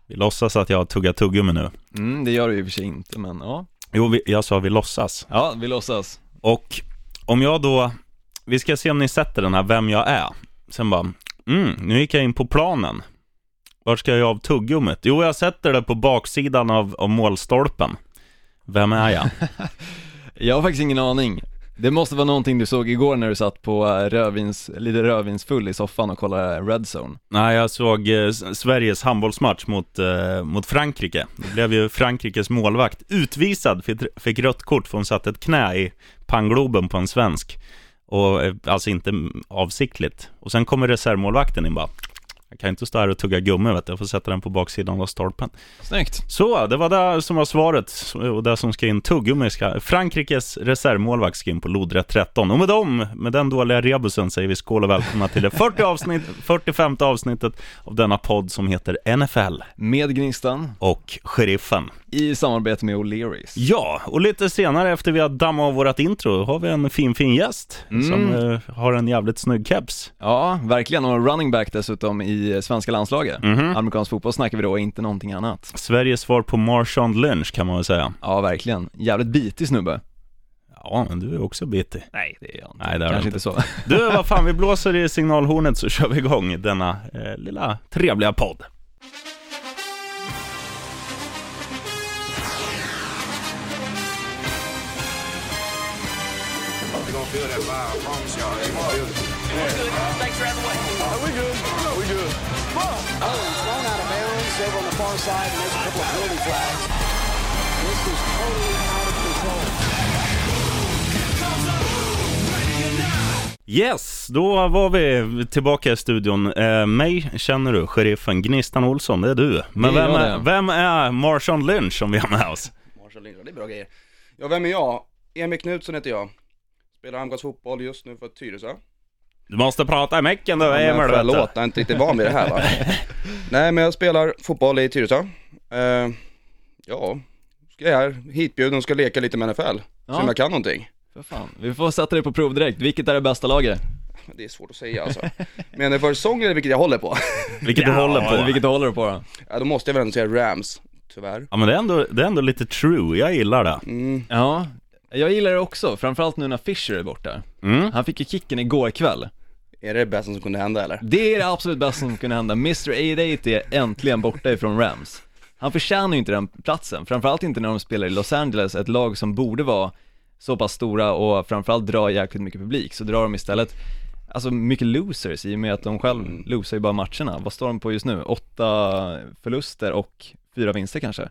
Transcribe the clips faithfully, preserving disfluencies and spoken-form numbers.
Vi låtsas att jag tuggar tuggummi nu. Mm, det gör du i och för sig inte, men ja. Jo, vi, jag sa vi låtsas. Ja, vi låtsas. Och om jag då... Vi ska se om ni sätter den här, vem jag är. Sen bara, mm, nu gick jag in på planen. Var ska jag av tuggummit? Jo, jag sätter det på baksidan av, av målstolpen. Vem är jag? Jag har faktiskt ingen aning. Det måste vara någonting du såg igår när du satt på rövins, lite rövinsfull i soffan och kollade Red Zone. Nej, jag såg eh, Sveriges handbollsmatch mot, eh, mot Frankrike. Det blev ju Frankrikes målvakt utvisad, fick, fick rött kort för hon satt ett knä i pangloben på en svensk. Och eh, alltså inte avsiktligt. Och sen kommer reservmålvakten in bara... Jag kan inte stå här och tugga gummi, vet du. Jag får sätta den på baksidan av stolpen. Snyggt. Så, det var det som var svaret. Och det som ska in tuggummi ska... Frankrikes reservmålvakt ska in på lodrätt tretton. Och med dem, med den dåliga rebusen, säger vi skål och välkomna till det fyrtio avsnitt, fyrtiofemte avsnittet av denna podd som heter N F L. Med Gnistan. Och Sheriffen. I samarbete med O'Learys. Ja, och lite senare efter vi har dammat av vårat intro har vi en fin, fin gäst. Mm. Som uh, har en jävligt snygg keps. Ja, verkligen. Och running back dessutom i svenska landslaget. Mm-hmm. Amerikansk fotboll snackar vi då, inte någonting annat. Sveriges svar på Marshawn Lynch kan man väl säga. Ja, verkligen. Jävligt bitig snubbe. Ja, men du är också bitig. Nej, det är jag inte. Nej, det är kanske inte. inte så. Du, vad fan, vi blåser i signalhornet så kör vi igång denna eh, lilla trevliga podd. Feel that vibe, I promise y'all. They gonna feel it. Yeah. Thanks for having me. Oh, we good. We good. Oh, he's thrown out of bounds over on the far side, and there's a couple of penalty flags. This is totally out of control. Yes, då var vi tillbaka i studion. Eh, mig känner du, sheriffen Gnistan Olsson, det är du. Men det är vem, är, det. vem är Marshawn Lynch som vi har med oss? Marshawn Lynch, det är bra grejer. Ja, vem är jag? Emil Knutsson heter jag. Spelar amerikansk just nu för Tyresö. Du måste prata i micken då, ja, Emil. Förlåt, jag är inte riktigt van vid det här va? Nej, men jag spelar fotboll i Tyresö. Uh, ja, ska jag här hitbjuden och ska leka lite med N F L. Ja. Så om jag kan någonting. För fan, vi får sätta det på prov direkt. Vilket är det bästa laget? Det är svårt att säga alltså. Men det för säsong är det vilket jag håller på. Vilket ja, du håller på? Vilket du håller på då? Ja, då måste jag väl ändå säga Rams, tyvärr. Ja, men det är ändå, det är ändå lite true, jag gillar det. Mm. Ja, jag gillar det också, framförallt nu när Fisher är borta. Mm. Han fick ju kicken igår kväll. Är det det bästa som kunde hända eller? Det är det absolut bästa som kunde hända. mister åttahundraåttio är äntligen borta ifrån Rams. Han förtjänar ju inte den platsen, framförallt inte när de spelar i Los Angeles, ett lag som borde vara så pass stora och framförallt dra jäkligt mycket publik. Så drar de istället, alltså mycket losers i och med att de själv mm. losar ju bara matcherna. Vad står de på just nu? Åtta förluster och fyra vinster kanske?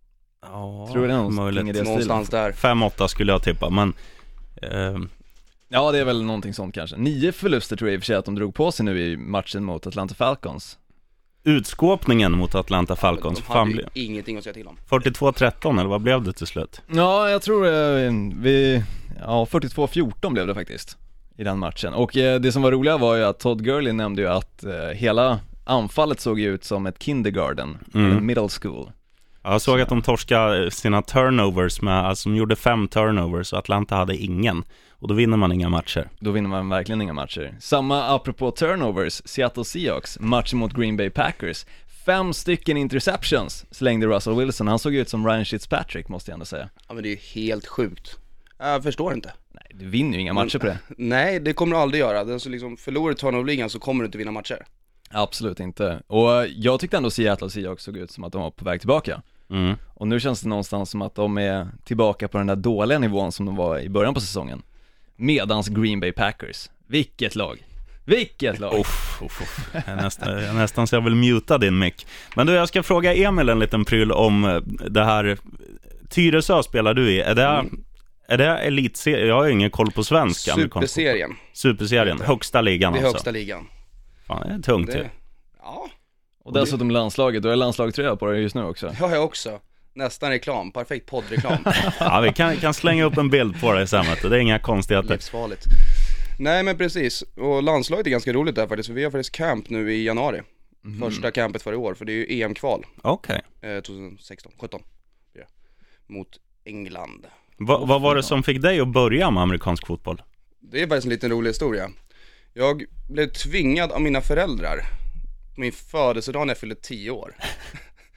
Ja, tror det är någonting i det någonstans där. fem åtta skulle jag tippa, men eh... ja, det är väl någonting sånt kanske. Nio förluster tror jag i och för sig att de drog på sig nu i matchen mot Atlanta Falcons. Utskåpningen mot Atlanta Falcons. De hade fan, ingenting att säga till om. fyrtiotvå tretton eller vad blev det till slut? Ja, jag tror eh, vi ja, fyrtiotvå fjorton blev det faktiskt i den matchen. Och eh, det som var roliga var ju att Todd Gurley nämnde ju att eh, hela anfallet såg ut som ett kindergarten, mm. en middle school. Jag såg att de torskade sina turnovers med, alltså de gjorde fem turnovers och Atlanta hade ingen. Och då vinner man inga matcher. Då vinner man verkligen inga matcher. Samma apropå turnovers, Seattle Seahawks, matchen mot Green Bay Packers. Fem stycken interceptions slängde Russell Wilson. Han såg ut som Ryan Fitzpatrick, måste jag ändå säga. Ja, men det är helt sjukt. Jag förstår inte. Nej, du vinner ju inga matcher på det. Nej, det kommer du aldrig göra. Den som liksom förlorar turnover-ligan så kommer du inte vinna matcher. Absolut inte. Och jag tyckte ändå Seattle Seahawks såg ut som att de var på väg tillbaka. Mm. Och nu känns det någonstans som att de är tillbaka på den där dåliga nivån som de var i början på säsongen. Medans Green Bay Packers. Vilket lag. Vilket lag. Uff, uff, uff. Jag är nästan, jag är nästan så jag vill muta din mic. Men du, jag ska fråga Emil en liten pryl om det här. Tyresö spelar du i. Är det, mm. är det elitserien? Jag har ju ingen koll på svenska. Superserien. Superserien, högsta ligan alltså. Det är högsta ligan. Fan, det är tungt det... ju. Ja. Och dessutom landslaget, du har landslagströja på dig just nu också. Ja, jag också. Nästan reklam, perfekt poddreklam. Ja, vi kan, kan slänga upp en bild på det sen, det är inga konstigheter. Livsfarligt. Nej, men precis. Och landslaget är ganska roligt där faktiskt, för vi har faktiskt camp nu i januari. Mm. Första campet för i år, för det är ju E M-kval. Okej. Okay. Eh, tjugohundrasexton, sjutton. Ja. Mot England. Va, vad var det som fick dig att börja med amerikansk fotboll? Det är faktiskt en liten rolig historia. Jag blev tvingad av mina föräldrar min födelsedag när jag fyllde tio år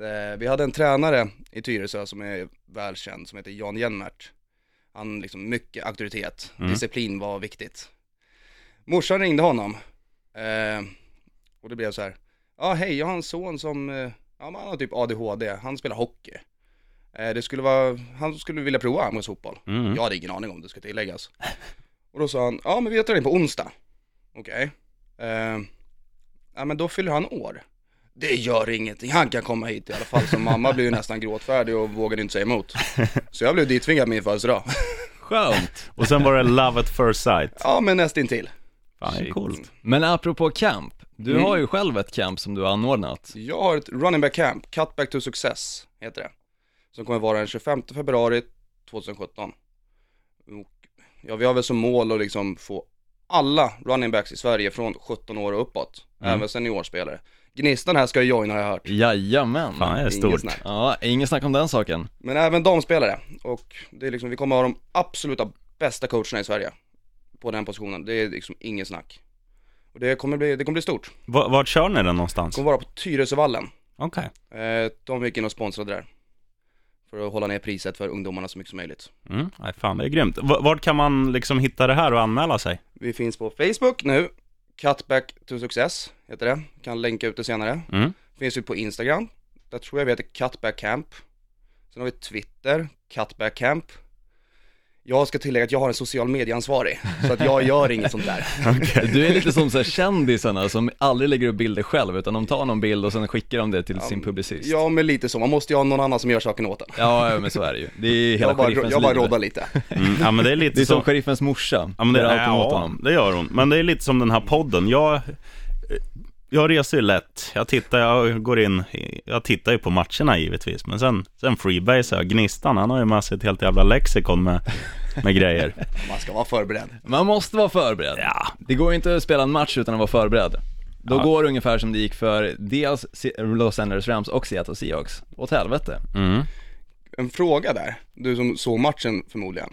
Eh, vi hade en tränare i Tyresö som är välkänd, som heter Jan Jenmert. Han liksom mycket auktoritet, Mm. disciplin var viktigt. Morsan ringde honom eh, och det blev så här: ja hej, jag har en son som, eh, ja man har typ A D H D, han spelar hockey. Eh, det skulle vara, han skulle vilja prova ungdomsfotboll. Mm. Jag hade ingen aning om det ska tilläggas. Och då sa han, ja men vi har träning på onsdag. Okej. Okay. Eh, ja men då fyller han år. Det gör ingenting, han kan komma hit i alla fall. Så mamma blev ju nästan gråtfärdig och vågade inte säga emot. Så jag blev dittvingad min födelsedag. Skönt. Och sen var det love at first sight. Ja men nästintill. Fan, det är Shit. coolt. Men apropå camp, du Mm. har ju själv ett camp som du har anordnat. Jag har ett running back camp, Cutback to Success heter det. Som kommer vara den tjugofemte februari tjugohundrasjutton. Och ja, vi har väl som mål att liksom få alla running backs i Sverige från sjutton år och uppåt. Mm. Även seniorspelare. Gnistan här ska joina, har jag hört. Jajamän. Fan, det är Ingen stort. snack. Ja, ingen snack om den saken. Men även de spelare. Och det är liksom, vi kommer ha de absoluta bästa coacherna i Sverige på den positionen. Det är liksom ingen snack. Och det kommer bli, det kommer bli stort. V- vart kör ni den Det någonstans? kommer vara på Tyresövallen. Okej. Eh, de gick in och sponsrade där. För att hålla ner priset för ungdomarna så mycket som möjligt. Mm. Nej, fan, det är grymt. V- vart kan man liksom hitta det här och anmäla sig? Vi finns på Facebook nu. Cutback to Success heter det. Kan länka ut det senare. Mm. Finns vi på Instagram. Där tror jag vi heter Cutback Camp. Sen har vi Twitter, Cutback Camp. Jag ska tillägga att jag har en social medieansvarig. Så att jag gör inget sånt där. Du är lite som så här kändisarna som aldrig lägger upp bilder själv, utan de tar någon bild och sen skickar de det till sin publicist. Ja men lite så, man måste ju ha någon annan som gör saken åt en. Ja, men så är det ju. Det är hela Jag bara, sheriffens jag bara liv. roddar lite. Mm. Ja, men det är lite Det är som som... sheriffens morsa. Ja, men det, Gör allting åt ja, honom. det gör hon. Men det är lite som den här podden. Jag, jag reser ju lätt. Jag tittar, jag går in, jag tittar ju på matcherna givetvis. Men sen, sen freebase jag. Gnistan, han har ju med sig ett helt jävla lexikon med, med grejer. Man ska vara förberedd. Man måste vara förberedd. Ja. Det går inte att spela en match utan att vara förberedd. Då Ja. går det ungefär som det gick för dels Los Angeles Rams och Seattle Seahawks. Åt helvete. Mm. En fråga där, du som såg matchen förmodligen.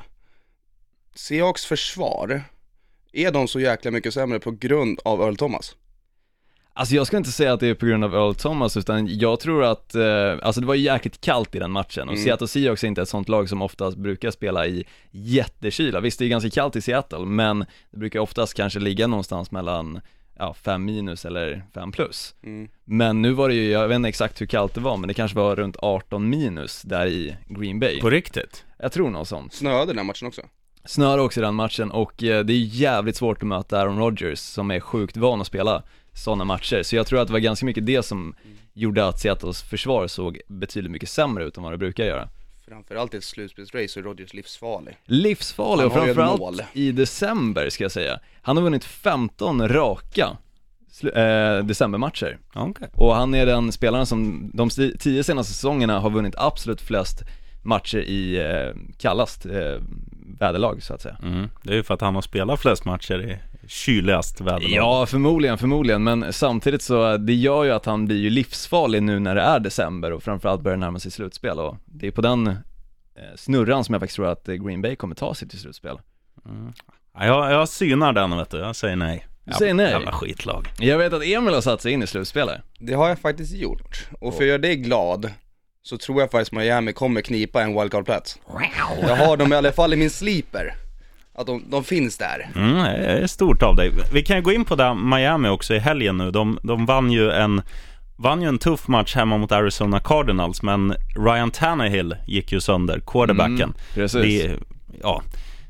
Seahawks försvar, är de så jäkla mycket sämre på grund av Earl Thomas? Alltså jag ska inte säga att det är på grund av Earl Thomas, utan jag tror att, eh, alltså det var jäkligt kallt i den matchen. Och Mm. Seattle Seahawks är inte ett sånt lag som oftast brukar spela i jättekyla. Visst, det är ganska kallt i Seattle, men det brukar oftast kanske ligga någonstans mellan ja, fem minus eller fem plus. Mm. Men nu var det ju, jag vet inte exakt hur kallt det var, men det kanske var runt arton minus där i Green Bay. På riktigt? Jag tror något sånt. Snöade den här matchen också? Snöade också i den matchen, och eh, det är jävligt svårt att möta Aaron Rodgers som är sjukt van att spela sådana matcher. Så jag tror att det var ganska mycket det som gjorde att Seattles försvar såg betydligt mycket sämre ut än vad det brukar göra. Framförallt i ett slutspelsrace så är Rodgers livsfarlig. Livsfarlig, och Han har ju ett framförallt mål. i december ska jag säga. Han har vunnit femton raka sl- eh, decembermatcher. Okej. Och han är den spelaren som de sti- tio senaste säsongerna har vunnit absolut flest matcher i eh, kallast eh, väderlag så att säga. Mm. Det är ju för att han har spelat flest matcher i kyligast väderlag. Ja, förmodligen, förmodligen, men samtidigt så det gör ju att han blir ju livsfarlig nu när det är december och framförallt börjar närma sig slutspel, och det är på den eh, snurran som jag faktiskt tror att eh, Green Bay kommer ta sig till slutspel. Mm. Ja, jag, jag synar den, vet du. Jag säger nej. Du säger nej? Jävla skitlag. Jag vet att Emil har satt sig in i slutspelet. Det har jag faktiskt gjort. Och för att göra dig glad så tror jag faktiskt Miami kommer knipa en wildcard-plats. Jag har dem i alla fall i min sleeper. Att de, de finns där. Mm, det är stort av dig. Vi kan gå in på det Miami också i helgen nu. De, de vann ju en vann ju en tuff match hemma mot Arizona Cardinals, men Ryan Tannehill gick ju sönder, quarterbacken. Mm, precis. Det, ja,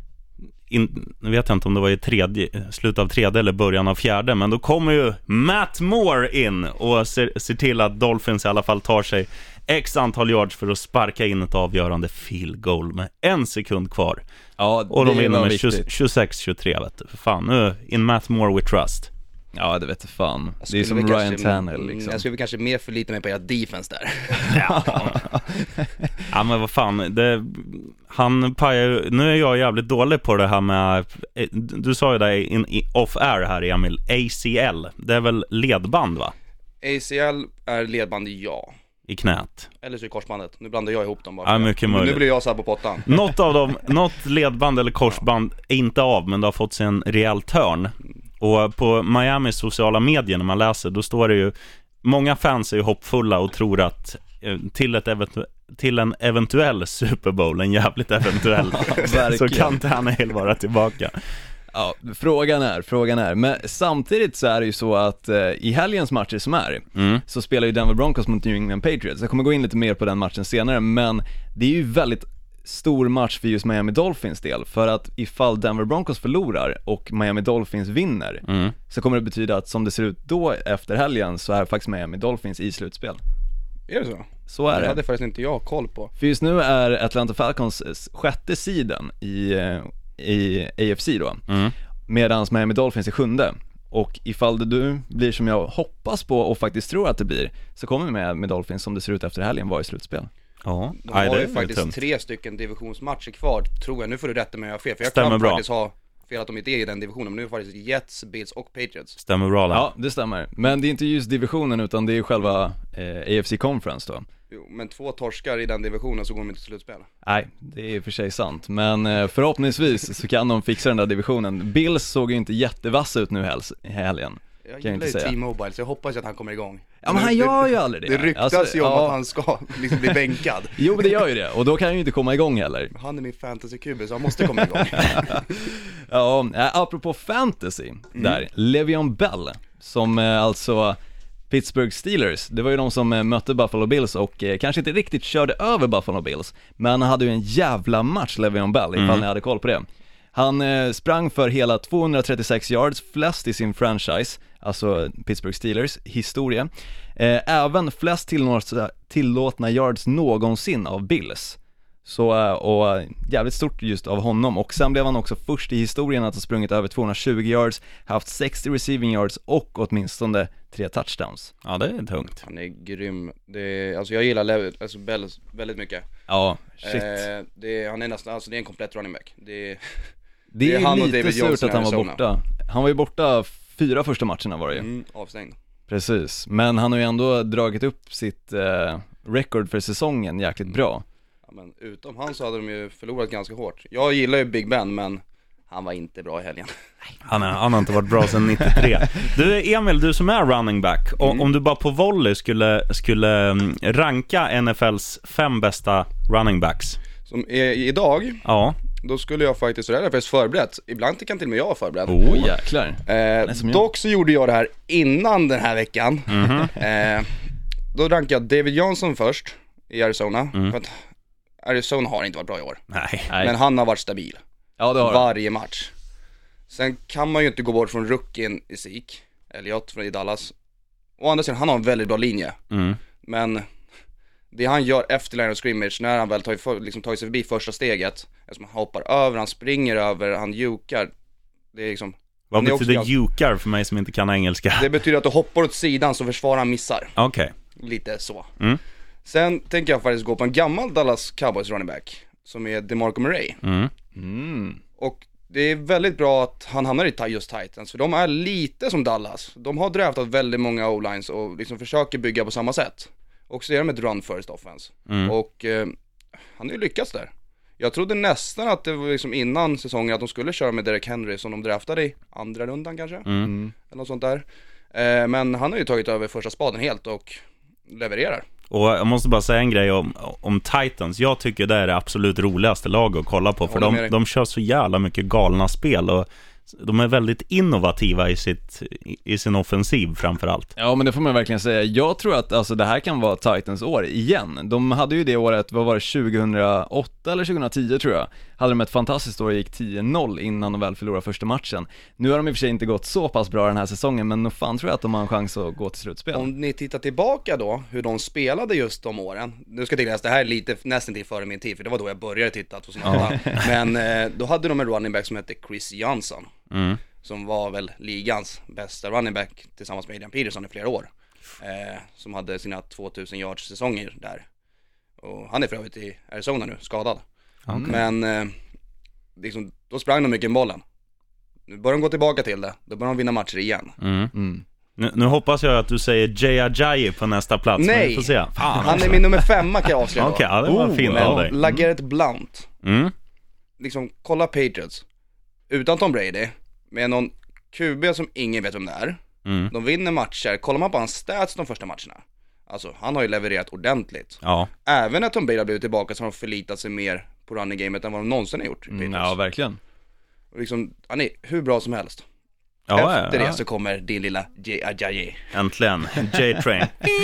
in, nu vet jag inte om det var i tredje, slut av tredje eller början av fjärde, men då kommer ju Matt Moore in och ser, ser till att Dolphins i alla fall tar sig x antal yards för att sparka in ett avgörande field goal med en sekund kvar. Ja, Och de det vinner var med viktigt. tjugosex tjugotre, vet du. För fan, nu in Matt Moore we trust. Ja, det vet jag fan. Jag Det är skulle som väl Ryan kanske- Tannehill mm, liksom. Jag skulle väl kanske mer förlita mig på ert defense där. Ja, men vad fan, det, han pajar ju, nu är jag jävligt dålig på det här med, du sa ju det in, in, off-air här, Emil, A C L, det är väl ledband, va? A C L är ledband, ja. I knät. Eller så är korsbandet. Nu blandar jag ihop dem bara. Ja, mycket möjligt. Nu blir jag så här på pottan. Något av dem, något ledband eller korsband är inte av, men det har fått sig en rejäl törn. Och på Miamis sociala medier när man läser, då står det ju, många fans är ju hoppfulla och tror att till, ett eventu- till en eventuell Super Bowl, en jävligt eventuell, så kan Tannehill vara tillbaka. Ja, frågan är, frågan är. Men samtidigt så är det ju så att eh, i helgens matcher som är mm. så spelar ju Denver Broncos mot New England Patriots. Jag kommer gå in lite mer på den matchen senare, men det är ju väldigt stor match för just Miami Dolphins del. För att ifall Denver Broncos förlorar och Miami Dolphins vinner mm. så kommer det betyda att som det ser ut då efter helgen så är faktiskt Miami Dolphins i slutspel. Är det så? Så är det. Det hade faktiskt inte jag koll på. För just nu är Atlanta Falcons sjätte sidan i, i A F C då mm. medan Miami Dolphins är sjunde. Och ifall det du blir som jag hoppas på och faktiskt tror att det blir, så kommer med med Dolphins som det ser ut efter helgen vara i slutspel. Ja, de har Aj, ju faktiskt tungt. tre stycken divisionsmatcher kvar, tror jag. Nu får du rätta mig om jag har fel, för jag stämmer kan bra. faktiskt ha felat om inte i den divisionen. Men nu är det faktiskt Jets, Bills och Patriots. Stämmer bra där. Ja, det stämmer. Men det är inte just divisionen utan det är själva eh, A F C Conference då. Jo, men två torskar i den divisionen så går de inte till slutspel. Nej, det är för sig sant. Men eh, förhoppningsvis så kan de fixa den där divisionen. Bills såg ju inte jättevass ut nu i helgen. Jag gillar ju T-Mobile, så jag hoppas att han kommer igång. Ja, men han gör ju aldrig det. Det ryktas alltså, ju om ja. att han ska liksom bli bänkad. Jo, men det gör ju det. Och då kan han ju inte komma igång heller. Han är min fantasy-Q B, så han måste komma igång. Ja, apropå fantasy mm. där, Le'Veon Bell, som alltså Pittsburgh Steelers, det var ju de som mötte Buffalo Bills och eh, kanske inte riktigt körde över Buffalo Bills, men han hade ju en jävla match, Le'Veon Bell, ifall mm. ni hade koll på det. Han eh, sprang för hela tvåhundratrettiosex yards, flest i sin franchise, alltså Pittsburgh Steelers historia. Eh, även flest tillåtna, tillåtna yards någonsin av Bills. Så, eh, och jävligt stort just av honom. Och sen blev han också först i historien att ha sprungit över tvåhundratjugo yards, haft sextio receiving yards och åtminstone tre touchdowns. Ja, det är tungt. Han är grym. Det är, alltså jag gillar Le- alltså Bell väldigt mycket. Ja, shit. Eh, det är, han är nästan, alltså det är en komplett running back. Det är, det är, det är han lite och David surt att han var borta. Han var ju borta fyra första matcherna var det ju. Mm, avstängd. Precis, men han har ju ändå dragit upp sitt eh, record för säsongen jäkligt bra. Ja, men utom han så hade de ju förlorat ganska hårt. Jag gillar ju Big Ben, men han var inte bra i helgen. Han, är, han har inte varit bra sedan nittiotre. Du Emil, du som är running back, mm. om du bara på volley skulle, skulle ranka N F L:s fem bästa running backs. Som är idag? Ja. Då skulle jag faktiskt, så det är faktiskt förberett. Ibland kan till och med jag vara förberedd. Oh, jäklar. Eh, dock så gjorde jag det här innan den här veckan. Mm-hmm. eh, Då rankade jag David Johnson först i Arizona. Mm. För att Arizona har inte varit bra i år. Nej. Men han har varit stabil. Ja, det har varje match. Sen kan man ju inte gå bort från rookien i Zeke Elliott från i Dallas. Å andra sidan, han har en väldigt bra linje. Mm. Men det han gör efter line of scrimmage, när han väl tar, för, liksom, tar sig förbi första steget, alltså han hoppar över, han springer över, han jukar. Det är liksom, vad betyder också, jukar för mig som inte kan engelska? Det betyder att du hoppar åt sidan så försvararen missar. Okej. Okay. Lite så. Mm. Sen tänker jag faktiskt gå på en gammal Dallas Cowboys running back som är DeMarco Murray. Mm. Mm. Och det är väldigt bra att han hamnar i just Titans, för de är lite som Dallas. De har draftat väldigt många O-lines och liksom försöker bygga på samma sätt. Och så är de ett run first offense. Mm. Och eh, han har ju lyckats där. Jag trodde nästan att det var liksom innan säsongen att de skulle köra med Derek Henry som de draftade i andra rundan kanske. Mm. Eller något sånt där. Eh, men han har ju tagit över första spaden helt och levererar. Och jag måste bara säga en grej om, om Titans. Jag tycker det är det absolut roligaste lag att kolla på. För de, de kör så jävla mycket galna spel och de är väldigt innovativa i, sitt, i sin offensiv framförallt. Ja, men det får man verkligen säga. Jag tror att alltså, det här kan vara Titans år igen. De hade ju det året, vad var det, tjugohundraåtta eller tjugohundratio tror jag. Hade de ett fantastiskt år och gick tio noll innan de väl förlorade första matchen. Nu har de i och för sig inte gått så pass bra den här säsongen, men nog fan tror jag att de har en chans att gå till slutspel. Om ni tittar tillbaka då, hur de spelade just de åren. Nu ska jag tillägga att det här är lite nästan till före min tid, för det var då jag började titta tjugohundraåtta. Ja. Men eh, då hade de en running back som hette Chris Johnson. Mm. Som var väl ligans bästa running back tillsammans med Adrian Peterson i flera år. Eh, som hade sina tvåtusen yards säsonger där. Och han är för övrigt i Arizona nu, skadad. Okay. Men eh, liksom, då sprang de mycket i bollen. Nu börjar de gå tillbaka till det. Då börjar de vinna matcher igen. Mm. Mm. Nu, nu hoppas jag att du säger Jay Ajayi på nästa plats. Nej, får se. Fan, han är min nummer femma kan jag avslöja. Okej, okay, det var oh, fint av dig. LeGarrette Blount. Mm. Liksom, kolla Patriots. Utan Tom Brady, med någon Q B som ingen vet om det är. Mm. De vinner matcher. Kollar man på hans stats de första matcherna, Alltså, han har ju levererat ordentligt. Ja. Även när Tom Brady har blivit tillbaka så har de förlitat sig mer på running gamet än vad de någonsin har gjort. Mm, ja, verkligen. Och liksom, han är hur bra som helst. Ja, Efter ja, det ja. så kommer din lilla Jay Ajayi. Äntligen, J-Train.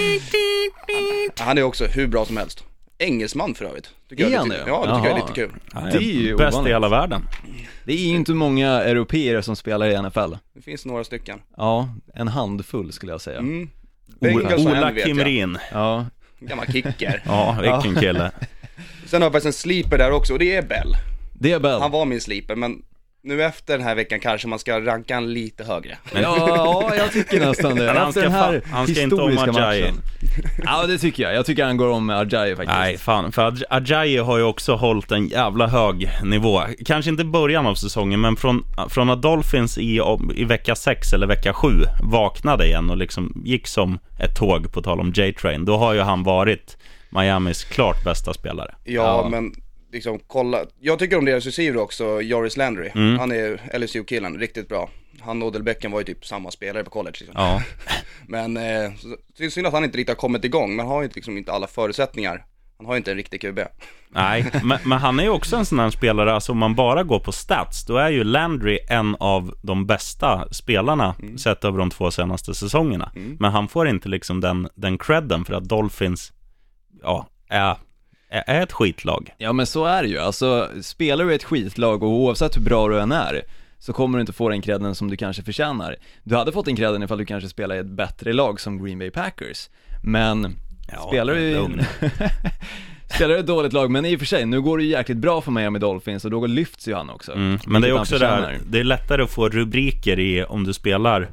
Han är också hur bra som helst. Engelsman för övrigt. Tycker Är jag han lite, det? ja, det tycker jag är Jaha. lite kul. Ja, Det är ju bäst i ovanligt. hela världen. Det är ju inte många europeer som spelar i N F L. Det finns några stycken. Ja, en handfull skulle jag säga. Mm. Ola, Bengals har Ola en, vet jag. Kimrin. Ja, Gammal kicker. Ja, vilken kille. Sen har jag faktiskt en sleeper där också, och det är Bell. det är Bell. Han var min sleeper, men nu efter den här veckan kanske man ska ranka han lite högre. Ja, ja, jag tycker nästan det. Men han Efter ska den här fa- han ska inte om historiska Ajayi. matchen. Ja, det tycker jag. Jag tycker han går om med Ajayi faktiskt. Nej, fan. För Aj- Ajayi har ju också hållit en jävla hög nivå. Kanske inte början av säsongen, men från, från att Dolphins i, i vecka sex eller vecka sju vaknade igen och liksom gick som ett tåg, på tal om J-Train. Då har ju han varit Miamis klart bästa spelare. Ja, Ja. men liksom kolla. Jag tycker om deras receiver också, Jarvis Landry. Mm. Han är L S U-killen, riktigt bra. Han och Odell Beckham var ju typ samma spelare på college liksom. Ja. Men eh, så, det är synd att han inte riktigt har kommit igång. Men han har ju liksom inte alla förutsättningar. Han har ju inte en riktig Q B. Nej, men, men han är ju också en sån här spelare, alltså om man bara går på stats, då är ju Landry en av de bästa spelarna Mm. sett över de två senaste säsongerna. Mm. Men han får inte liksom den, den credden för att Dolphins, ja, är, är, är ett skitlag. Ja, men så är det ju. Alltså, spelar du i ett skitlag och oavsett hur bra du än är, så kommer du inte få den credden som du kanske förtjänar. Du hade fått den credden ifall du kanske spelar i ett bättre lag som Green Bay Packers. Men Ja, spelar du lugn. spelar du ett dåligt lag, men i och för sig, nu går det ju jäkligt bra för Miami Dolphins och då lyfts ju han också. Mm. Men det är Vilket också han det här, förtjänar. det är lättare att få rubriker i om du spelar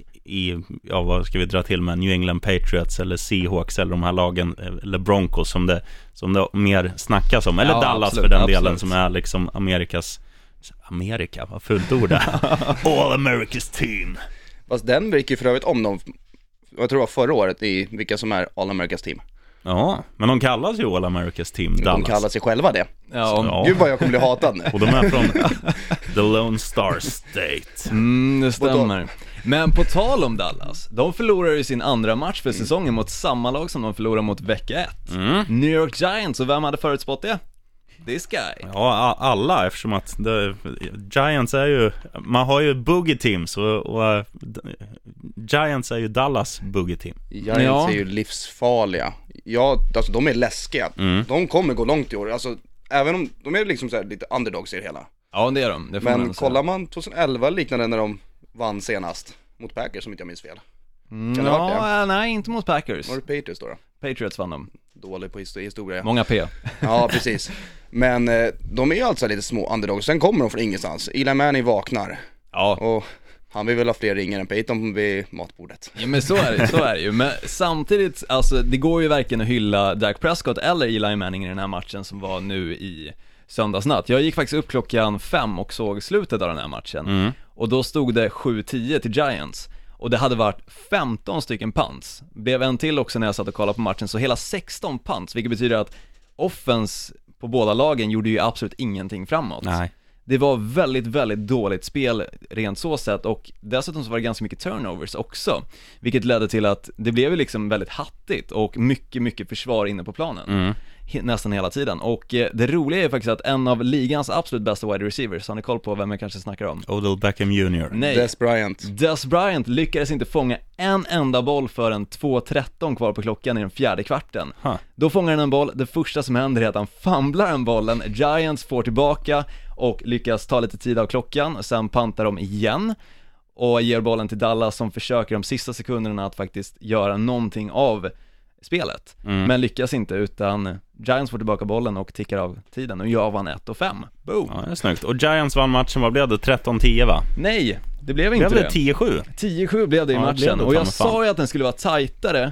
i, ja vad ska vi dra till med, New England Patriots eller Seahawks eller de här lagen, eller Broncos som det, som det mer snackas om, eller Ja, Dallas absolut, för den absolut. delen som är liksom Amerikas Amerika, vad fullt ord det All America's team. Fast den gick ju för övrigt om dem, jag tror det var förra året, i vilka som är All America's team. Ja, men de kallas ju All America's team, De Dallas. kallar sig själva det. Ja, Ja. Gud vad jag kommer bli hatad nu. Och de är från The Lone Star State. Mm, det stämmer. Men på tal om Dallas, de förlorar ju sin andra match för säsongen mot samma lag som de förlorar mot vecka ett. Mm. New York Giants, och vem hade förutspått det? This guy. Ja, a- alla, eftersom att det, Giants är ju, man har ju boogie teams och, och uh, Giants är ju Dallas boogie team. Giants Ja. är ju livsfarliga. Ja, alltså de är läskiga. Mm. De kommer gå långt i år. Alltså, även om de är liksom så här lite underdogs i det hela. Ja, det är de, det får man Men ändå säga. kollar man tjugoelva liknande när de vann senast mot Packers, som inte jag minns fel. Mm, Kan det ha varit ja, nej, inte mot Packers. Var det Patriots då då? Patriots vann dem. Dålig på his- historia. Många P. Ja, precis. Men eh, de är ju alltså lite små underdogs. Sen kommer de från ingenstans. Eli Manning vaknar. Ja. Och han vill väl ha fler ringar än Peyton vid matbordet. Ja, men så är det, så är det ju. Men samtidigt, alltså det går ju verkligen att hylla Dak Prescott eller Eli Manning i den här matchen som var nu i söndagsnatt. Jag gick faktiskt upp klockan fem och såg slutet av den här matchen. Mm. Och då stod det sju tio till Giants. Och det hade varit femton stycken punts. Blev en till också när jag satt och kollade på matchen, så hela sexton punts, vilket betyder att offense på båda lagen gjorde ju absolut ingenting framåt. Nej. Det var väldigt, väldigt dåligt spel rent så sett, och dessutom så var det ganska mycket turnovers också, vilket ledde till att det blev ju liksom väldigt hattigt och mycket, mycket försvar inne på planen. Mm. He- nästan hela tiden. Och eh, det roliga är faktiskt att en av ligans absolut bästa wide receivers, har ni koll på vem jag kanske snackar om? Odell Beckham junior Nej, Des Bryant. Des Bryant lyckades inte fånga en enda boll förrän två tretton kvar på klockan i den fjärde kvarten. Huh. Då fångar han en boll, det första som händer är att han famlar en bollen, Giants får tillbaka och lyckas ta lite tid av klockan, sen pantar de igen och ger bollen till Dallas som försöker de sista sekunderna att faktiskt göra någonting av spelet, Mm. men lyckas inte, utan Giants får tillbaka bollen och tickar av tiden och jag vann ett och fem. Boom! Ja, det är snyggt. Och Giants vann matchen, vad blev det? tretton tio va? Nej, det blev inte Blev det. det tio sju? tio sju blev det i Ja, det matchen, blev det, och fan jag med fan. sa ju att den skulle vara tajtare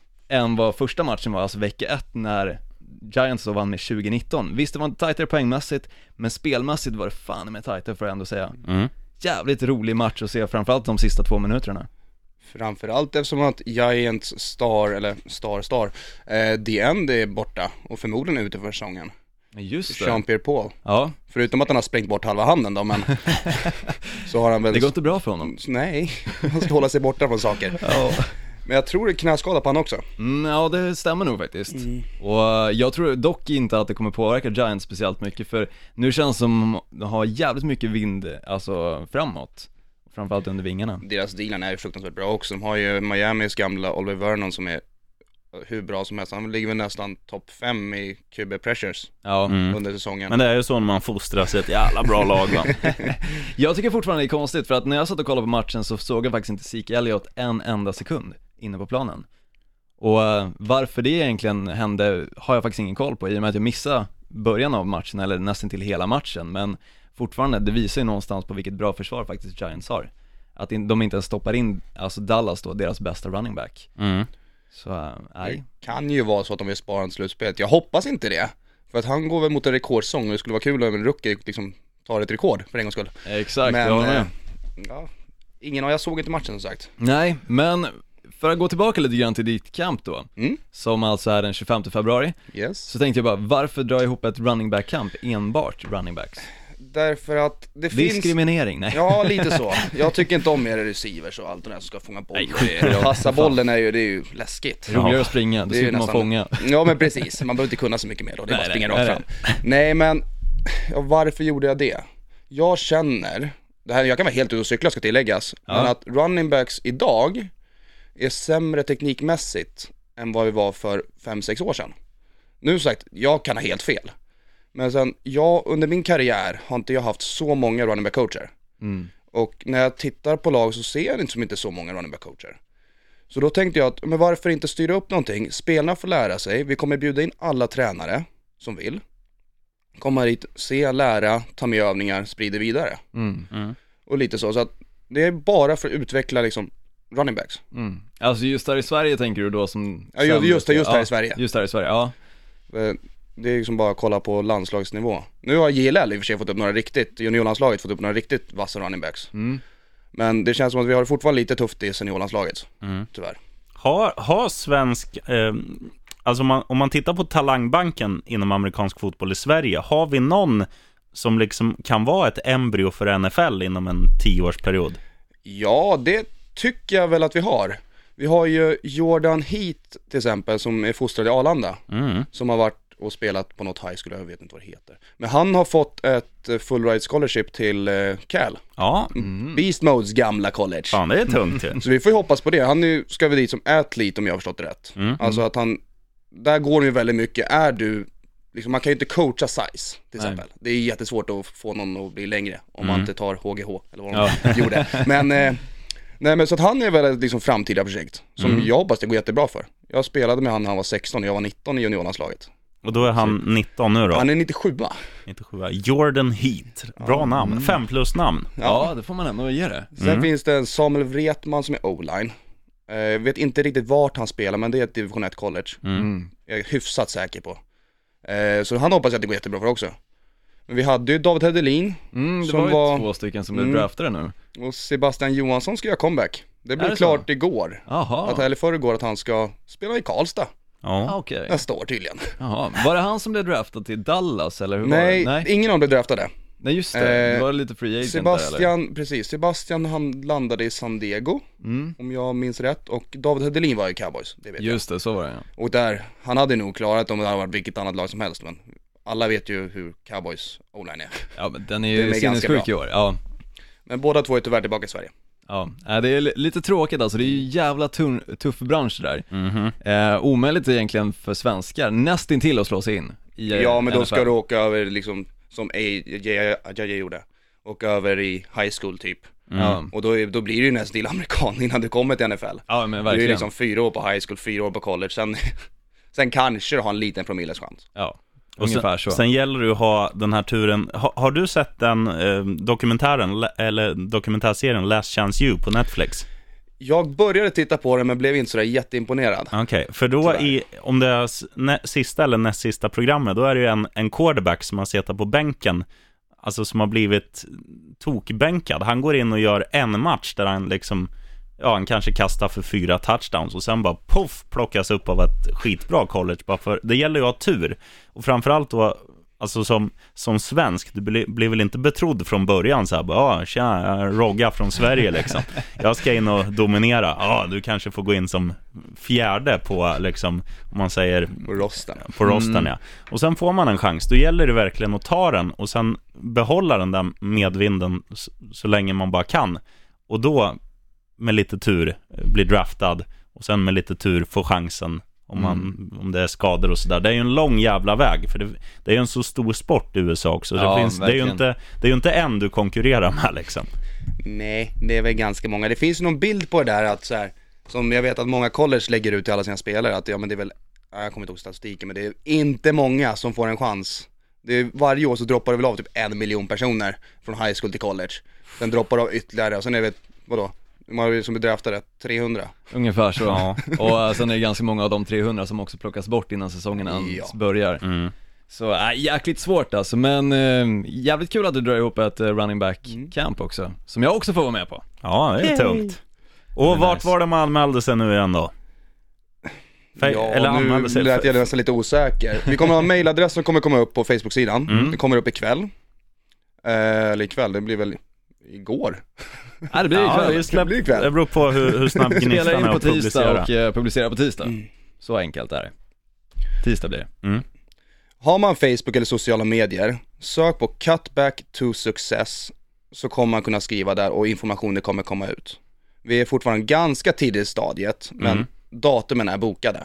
än vad första matchen var, alltså vecka ett när Giants då vann med tjugo nitton. Visst, det var inte tajtare poängmässigt, men spelmässigt var det fan med tajtare, får jag ändå säga. Mm. Jävligt rolig match att se, framförallt de sista två minuterna. Framförallt eftersom att Giants star, eller star star, eh, The End är borta och förmodligen ute för säsongen. Just det. Jean-Pierre Paul. Ja, Förutom att han har sprängt bort halva handen då, men så har han väl... det går inte bra för honom. Nej, han ska hålla sig borta från saker. Ja. Men jag tror det är knäskada på han också. Mm, ja, det stämmer nog faktiskt. Mm. Och jag tror dock inte att det kommer påverka Giants speciellt mycket, för nu känns det som de har jävligt mycket vind, alltså framåt. Framförallt under vingarna. Deras dealen är ju fruktansvärt bra också. De har ju Miamis gamla Oliver Vernon som är hur bra som helst. Han ligger väl nästan topp fem i Q B pressures Ja. Mm. under säsongen. Men det är ju så när man fostras i ett jävla bra lag, va? Jag tycker fortfarande det är konstigt, för att när jag satt och kollade på matchen så såg jag faktiskt inte Zeke Elliott en enda sekund inne på planen. Och uh, varför det egentligen hände har jag faktiskt ingen koll på, i och med att jag missade början av matchen, eller nästan till hela matchen. Men fortfarande, det visar ju någonstans på vilket bra försvar faktiskt Giants har. Att de inte ens stoppar in, alltså Dallas då, deras bästa running back. Mm. Så, uh, nej. Det kan ju vara så att de vill spara en slutspelet. Jag hoppas inte det. För att han går väl mot en rekordsäsong och det skulle vara kul om en rookie liksom tar ett rekord för en gångs skull. Exakt, Men, jag håller med. eh, ja, ingen av jag såg inte matchen som sagt. Nej, men för att gå tillbaka lite grann till ditt camp då, Mm. som alltså är den tjugofemte februari, Yes. så tänkte jag bara, varför dra ihop ett running back camp enbart running backs? Därför att det finns... Diskriminering, nej. Ja, lite så. Jag tycker inte om er receivers och allt det där som ska fånga bollen. Nej, skit i det. Passa bollen är ju, det är ju läskigt. Roligare att springa, då Det är ju slipper man nästan- fånga. Ja men precis, man behöver inte kunna så mycket mer då, det är Nej, bara att springa nej, rakt nej, fram. Nej men, ja, varför gjorde jag det? Jag känner, det här, jag kan vara helt ute och cykla ska tilläggas, Ja. men att running backs idag är sämre teknikmässigt än vad vi var för fem sex år sedan. Nu sagt, jag kan ha helt fel. Men sen, jag under min karriär har inte jag haft så många running back coacher. Mm. Och när jag tittar på lag så ser jag inte som inte så många running back coacher. Så då tänkte jag att, men varför inte styra upp någonting? Spelarna får lära sig, vi kommer bjuda in alla tränare som vill. Komma hit, se, lära, ta med övningar, sprida vidare. Mm. Mm. Och lite så, så att det är bara för att utveckla liksom running backs. Mm. Alltså just här i Sverige tänker du då som... Ja, ju- just det, just här ja, i Sverige. Just här i Sverige, ja. Eh, Det är liksom bara att kolla på landslagsnivå. Nu har J L L i och för sig fått upp några riktigt, juniorlandslaget fått upp några riktigt vassa running backs. Mm. Men det känns som att vi har det fortfarande lite tufft i seniorlandslaget, Mm. tyvärr. Har, har svensk, eh, alltså om man, om man tittar på talangbanken inom amerikansk fotboll i Sverige, har vi någon som liksom kan vara ett embryo för N F L inom en tioårsperiod? Ja, det tycker jag väl att vi har. Vi har ju Jordan Heat till exempel som är fostrad i Arlanda, Mm. som har varit och spelat på något high school, jag vet inte vad det heter. Men han har fått ett eh, full ride scholarship till eh, Cal, Ja, Beast Modes gamla college. fan det är tungt ju. Så vi får ju hoppas på det. Han är, ska vi dit som athlete om jag har förstått det rätt. Mm. Alltså att han, där går det ju väldigt mycket, är du, liksom, man kan ju inte coacha size till Nej. exempel. Det är jättesvårt att få någon att bli längre om Mm. man inte tar H G H eller vad de gjorde. Men, eh, nej men så att han är väl ett liksom framtida projekt som Mm. jag hoppas det går jättebra för. Jag spelade med han när han var sexton och jag var nitton i juniorlandslaget. Och då är han nitton nu då. Han är nittiosju. nittiosju. Jordan Heat. Bra namn. Fem plus namn. Ja, det får man ändå ge det. Sen Mm. finns det en Samuel Wretman som är O-line. Eh, vet inte riktigt vart han spelar, men det är ett division ett college. Mm. Mm. Jag är hyfsat säker på. Eh, så han hoppas jag att det går jättebra för också. Men vi hade ju David Hedelin Mm, det Som var ju var- två stycken som blev Mm. draftade nu. och Sebastian Johansson ska göra comeback. Det Är blev det klart så? igår. Jaha, Att, eller förr igår att han ska spela i Karlstad ah, Ja. okej. nästa år tydligen. Jaha, var det han som blev draftad till Dallas eller hur Nej, var det? Nej, ingen av dem blev draftade. Nej just det, det Eh, var lite free agent där eller? Sebastian, precis. Sebastian han landade i San Diego, Mm. om jag minns rätt. Och David Hedelin var i Cowboys, det vet Just det, så var det ja. jag. Och där, han hade nog klarat om det hade varit vilket annat lag som helst. Men alla vet ju hur Cowboys O-line är. Ja men den är Det ju är ganska sinnessjuk bra. i år, ja. Men båda två är tyvärr tillbaka i Sverige. Ja, äh, det är li- lite tråkigt alltså, det är ju jävla tunn, tuff bransch där. Mhm. eh, Omöjligt egentligen för svenskar, nästintill att slå sig in i eh, Ja men då N F L. ska du åka över liksom, som A J J gjorde. Åka över i high school typ. Ja, Och då, är- då blir det ju nästan till amerikan innan du kommer till N F L. ja men Det är verkligen ju liksom fyra år på high school, fyra år på college. Sen, sen kanske du har en liten promilles chans. Ja, Och ungefär sen, så. sen gäller det ju att ha den här turen. Ha, har du sett den eh, dokumentären le- eller dokumentärserien Last Chance You på Netflix? Jag började titta på den men blev inte sådär jätteimponerad. Okej, för då Tyvärr. i, om det är s- nä, sista eller näst sista programmet, då är det ju en, en quarterback som har suttit på bänken, alltså som har blivit tokbänkad. Han går in och gör en match där han liksom, ja han kanske kastar för fyra touchdowns och sen bara poff plockas upp av ett skitbra college, bara för det gäller ju att ha tur. Och framförallt då alltså som, som svensk, du blir, blir väl inte betrodd från början så här, ja, tja, jag är Rogga från Sverige liksom. Jag ska in och dominera. Ja, du kanske får gå in som fjärde på liksom, om man säger På rosten. på rosten, Mm. ja. Och sen får man en chans. Då gäller det verkligen att ta den och sen behålla den där medvinden så, så länge man bara kan. Och då med lite tur blir draftad och sen med lite tur får chansen om, man, Mm. om det är skador och sådär. Det är ju en lång jävla väg, för det, det är ju en så stor sport i U S A också. Ja, det, finns, det, är ju verkligen. inte, det är ju inte en du konkurrerar med liksom. Nej, det är väl ganska många. Det finns ju någon bild på det där att så här, som jag vet att många college lägger ut till alla sina spelare, att ja men det är väl, jag kommer inte ihåg statistiken, men det är inte många som får en chans. Det är, varje år så droppar det väl av typ en miljon personer från high school till college. Sen droppar det av ytterligare och sen är det, vadå? Man som är draftade, trehundra. Ungefär så. Ja. Och äh, sen är det ganska många av de trehundra som också plockas bort innan säsongen ens Ja. börjar. Mm. Så äh, jäkligt svårt alltså, men äh, jävligt kul att du drar ihop ett äh, running back camp också, som jag också får vara med på. Ja, det är tungt. Och Men vart nice. var det man anmälde sig nu igen då? Fe- Ja, eller nu anmälde sig lät jag nästan lite osäker. Vi kommer ha en mailadress som kommer komma upp på Facebook-sidan. Mm. Det kommer upp ikväll. Eh, eller ikväll, det blir väl igår. Ja, det blir Ja, ikväll. det, släpp, Det blir ikväll. det beror på hur, hur snabbt Spela gnistan in är på att tisdag publicera. och uh, publicera på tisdag. Mm. Så enkelt är det. Tisdag blir det. Mm. Har man Facebook eller sociala medier, sök på Cutback to Success, så kommer man kunna skriva där och informationen kommer komma ut. Vi är fortfarande ganska tidigt i stadiet, men Mm. datumen är bokade.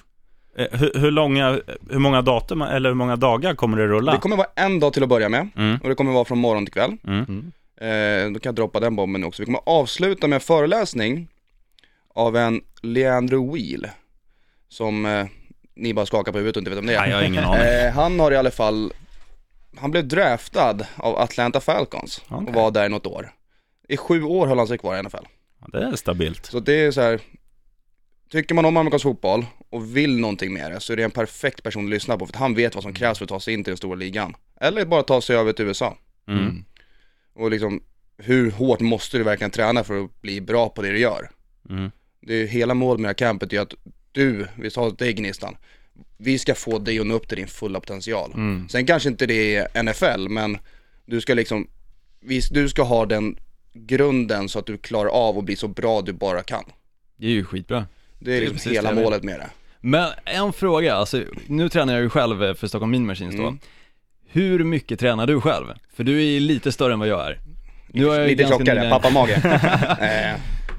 Eh, Hur, hur, långa, hur många datum eller hur många dagar kommer det rulla? Det kommer vara en dag till att börja med, Mm. och det kommer vara från morgon till kväll. Mm. Eh, då kan jag droppa den bomben också. Vi kommer avsluta med en föreläsning av en Leandro Wheel, som eh, ni bara skakar på huvudet och inte vet om det är. Nej, jag har ingen aning. Eh, han har i alla fall, han blev draftad av Atlanta Falcons Okej. och var där i något år. I sju år höll han sig kvar i N F L. Ja, det är stabilt. Så det är så här, tycker man om amerikansk fotboll och vill någonting med det, så är det en perfekt person att lyssna på, för att han vet vad som krävs för att ta sig in till den stora ligan. Eller bara ta sig över till U S A. Mm. Och liksom, hur hårt måste du verkligen träna för att bli bra på det du gör? Mm. Det är hela målet med det här campet är att du, vi sa dig Gnistan, vi ska få dig att nå upp till din fulla potential. Mm. Sen kanske inte det är N F L, men du ska liksom, du ska ha den grunden så att du klarar av att bli så bra du bara kan. Det är ju skitbra. Det är liksom precis hela det jag vill. målet med det. Men en fråga, alltså nu tränar jag ju själv för Stockholm Mean Machines då. Mm. Hur mycket tränar du själv? För du är ju lite större än vad jag är. Nu har jag ju Lite ganska tjockare, nyligen- pappamage. eh,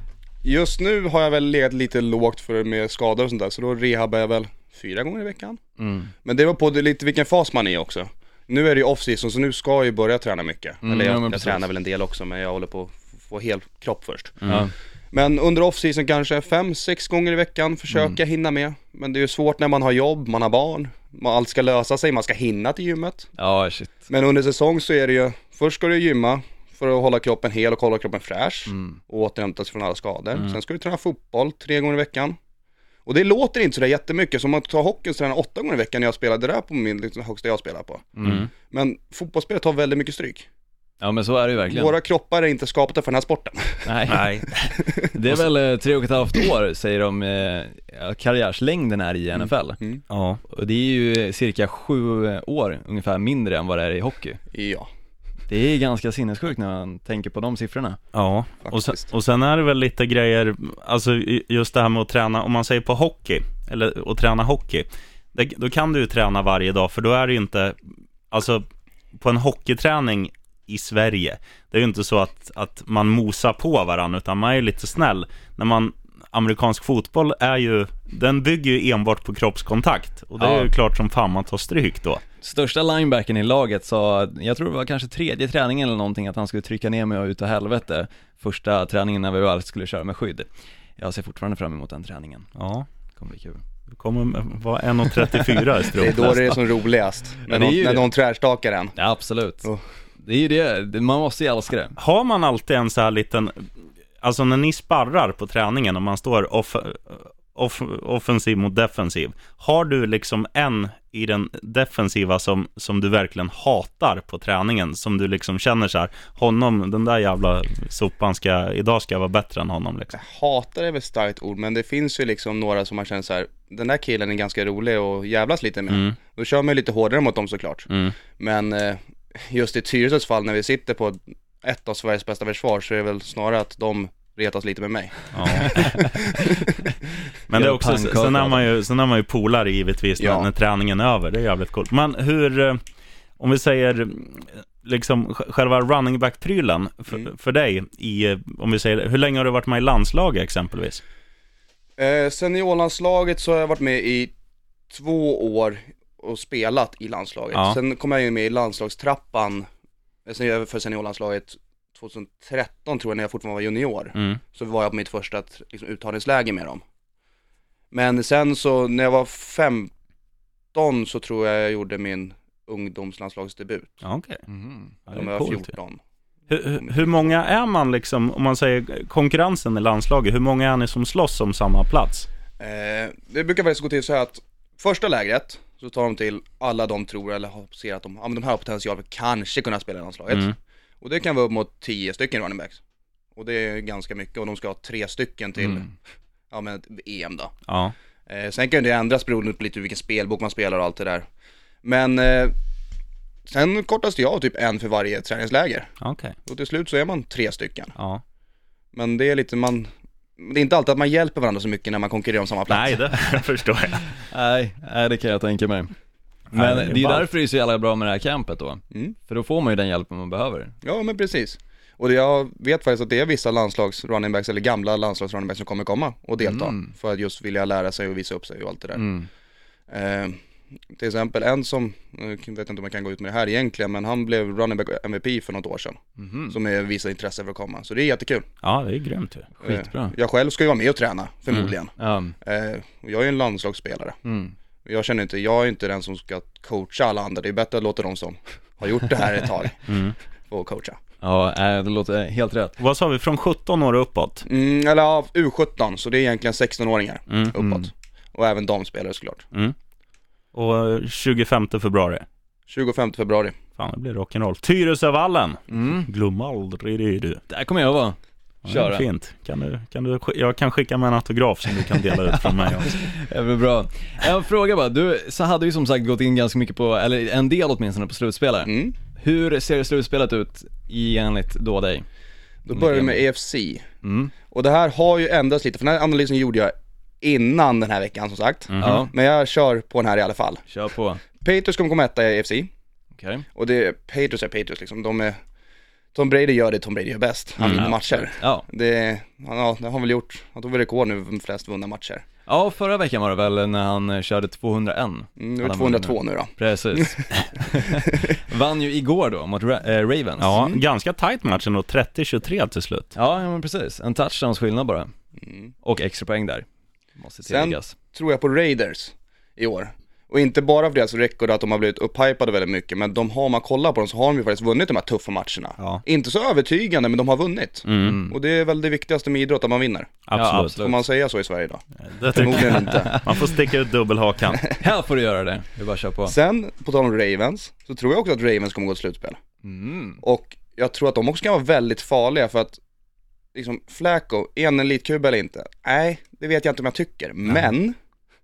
just nu har jag väl legat lite lågt för med skador och sånt där, så då rehabbar jag väl fyra gånger i veckan. Mm. Men det var på det, lite vilken fas man är också. Nu är det ju off-season, så nu ska jag ju börja träna mycket. Mm, Eller ja, jag, men jag precis. tränar väl en del också, men jag håller på att få hel kropp först. Ja. Men under off-season kanske fem, sex gånger i veckan försöka hinna med. Men det är ju svårt när man har jobb, man har barn, man, allt ska lösa sig, man ska hinna till gymmet. Ja, shit. Men under säsong så är det ju, först ska du gymma för att hålla kroppen hel och hålla kroppen fräsch Mm. och återhämta sig från alla skador. Sen ska du träna fotboll tre gånger i veckan. Och det låter inte sådär jättemycket, så om man tar hockeyn så tränar åtta gånger i veckan när jag spelade det där på min liksom, högsta jag spelar på. Mm. Men fotbollsspelet tar väldigt mycket stryk. Ja, men så är det ju verkligen. Våra kroppar är inte skapade för den här sporten. Nej. Nej. Det är väl eh, tre och ett halvt år säger de eh, ja, karriärslängden är i N F L. Mm. Ja. Och det är ju cirka sju år ungefär mindre än vad det är i hockey. Ja, Det är ganska sinnessjukt när man tänker på de siffrorna. Ja, och sen, faktiskt. och sen är det väl lite grejer, alltså i- just det här med att träna, om man säger på hockey, eller att träna hockey, det, då kan du ju träna varje dag, för då är det ju inte, alltså på en hockeyträning i Sverige, det är ju inte så att, att man mosar på varandra, utan man är ju lite snäll. När man, amerikansk fotboll är ju, den bygger ju enbart på kroppskontakt, och det är Ja. ju klart som fan man tar stryk då. Största linebacken i laget sa, jag tror det var kanske tredje träningen eller någonting, att han skulle trycka ner mig och ut av helvete första träningen när vi väl skulle köra med skydd. Jag ser fortfarande fram emot den träningen. Ja, Det kommer bli kul. det kommer vara en komma trettiofyra i det är då strumpläst. det är som roligast. När, det är någon, ju när det. någon trärstakar en. Ja, absolut. Oh. Det är ju det, Det- man måste ju älska det. Har man alltid en så här liten, alltså när ni sparrar på träningen och man står off, off- offensiv mot defensiv. Har du liksom en i den defensiva som, som du verkligen hatar på träningen, som du liksom känner så här, honom, den där jävla sopan ska, idag ska jag vara bättre än honom liksom. Hatar är väl ett starkt ord, men det finns ju liksom några som man känner så här, den där killen är ganska rolig och jävlas lite med. Mm. Då kör man lite hårdare mot dem såklart. Mm. Men eh, just i Tyresös fall, när vi sitter på ett av Sveriges bästa försvar, så är det väl snarare att de retas lite med mig. Ja. Men det är också, sen är man ju, sen är man ju polare givetvis när, ja. när träningen är över. Det är jävligt coolt. Men hur, om vi säger liksom själva running back-prylen för, mm. för dig i, om vi säger, hur länge har du varit med i landslaget exempelvis? Eh, seniorlandslaget så har jag varit med i två år och spelat i landslaget. Ja. Sen kom jag ju med i landslagstrappan för seniorlandslaget tjugohundratretton tror jag, när jag fortfarande var junior. Mm. Så var jag på mitt första liksom, uttagningsläge med dem. Men sen så när jag var femton så tror jag jag gjorde min ungdomslandslagsdebut. Okej. Okay. Mm. Ja, jag var fjorton. Hur, hur många är man liksom, om man säger konkurrensen i landslaget, hur många är ni som slåss om samma plats? Eh, det brukar faktiskt gå till så här att första lägret så tar de till alla de tror eller ser att de, ja, men de här har potential för kanske kunna spela i landslaget. Mm. Och det kan vara upp mot tio stycken running backs. Och det är ganska mycket, och de ska ha tre stycken till mm. ja, men ett E M då. Ja. Eh, sen kan det ändras beroende på lite vilken spelbok man spelar och allt det där. Men eh, sen kortas det av typ en för varje träningsläger. Okay. Och till slut så är man tre stycken. Ja. Men det är lite, man, det är inte alltid att man hjälper varandra så mycket när man konkurrerar om samma plats. Nej, det förstår jag. Nej, nej, det kan jag tänka mig. Men Nej, det är ju därför det är så jävla bra med det här campet då. Mm. För då får man ju den hjälpen man behöver. Ja, men precis. Och det, jag vet faktiskt att det är vissa landslags running backs eller gamla landslags running backs som kommer komma och delta. Mm. För att just vilja lära sig och visa upp sig och allt det där. Mm. Eh, till exempel en som, jag vet inte om man kan gå ut med det här egentligen, men han blev running back M V P för något år sedan. Mm. Som är visar intresse för att komma. Så det är jättekul. Ja, det är grymt. Skitbra. Eh, jag själv ska ju vara med och träna, förmodligen. Mm. Eh, och jag är en landslagsspelare. Mm. Jag känner inte, jag är inte den som ska coacha alla andra. Det är bättre att låta dem som har gjort det här ett tag mm. få coacha. Ja, det låter helt rätt. Vad sa vi, från sjutton år uppåt? Mm, eller av U sjutton, så det är egentligen sexton-åringar mm. uppåt. Mm. Och även damspelare såklart. Mm. Och tjugofemte februari? tjugofemte februari. Fan, det blir rock'n'roll. Tyresövallen. Mm. Glöm aldrig det du. Där kommer jag vara. Köra. Ja, fint. Kan du, kan du, jag kan skicka med en autograf som du kan dela ut från mig också. Det blir bra. Jag frågar bara, du så hade ju som sagt gått in ganska mycket på, eller en del åtminstone på slutspelare. Mm. Hur ser slutspelet ut i enligt då dig? Då börjar vi med E F C. Mm. Och det här har ju ändrats lite, för den här analysen gjorde jag innan den här veckan som sagt. Mm. Ja. Men jag kör på den här i alla fall. Kör på. Patriots kommer komma etta i E F C. Okay. Och det är, Patriots är Patriots liksom, de är Tom Brady gör det Tom Brady gör bäst. Han vinner mm, matcher. Ja. Det, ja, det har han väl gjort. Han tog väl rekord nu med flest vunna matcher. Ja, förra veckan var det väl när han körde tvåhundraen. Mm, det var tvåhundratvå nu då. Precis. Vann ju igår då mot Ra- äh, Ravens. Ja, mm. ganska tight matchen då, trettio tjugotre till slut. Ja, ja men precis. En touchdowns skillnad bara. Mm. Och extra poäng där. Måste tilläggas. Sen tror jag på Raiders i år. Och inte bara för deras rekord att de har blivit upphypade väldigt mycket, men de har man kollat på dem så har de ju faktiskt vunnit de här tuffa matcherna. Ja. Inte så övertygande, men de har vunnit. Mm. Och det är väl det viktigaste med idrott, att man vinner. Absolut. Ja, absolut. Får man säga så i Sverige då? Det förmodligen inte. Man får sticka ut dubbelhakan. Här får du göra det. Du bara kör på. Sen, på tal om Ravens, så tror jag också att Ravens kommer gå till slutspel. Mm. Och jag tror att de också kan vara väldigt farliga, för att liksom, Flacco, är en elitkub eller inte? Nej, det vet jag inte om jag tycker. Mm. Men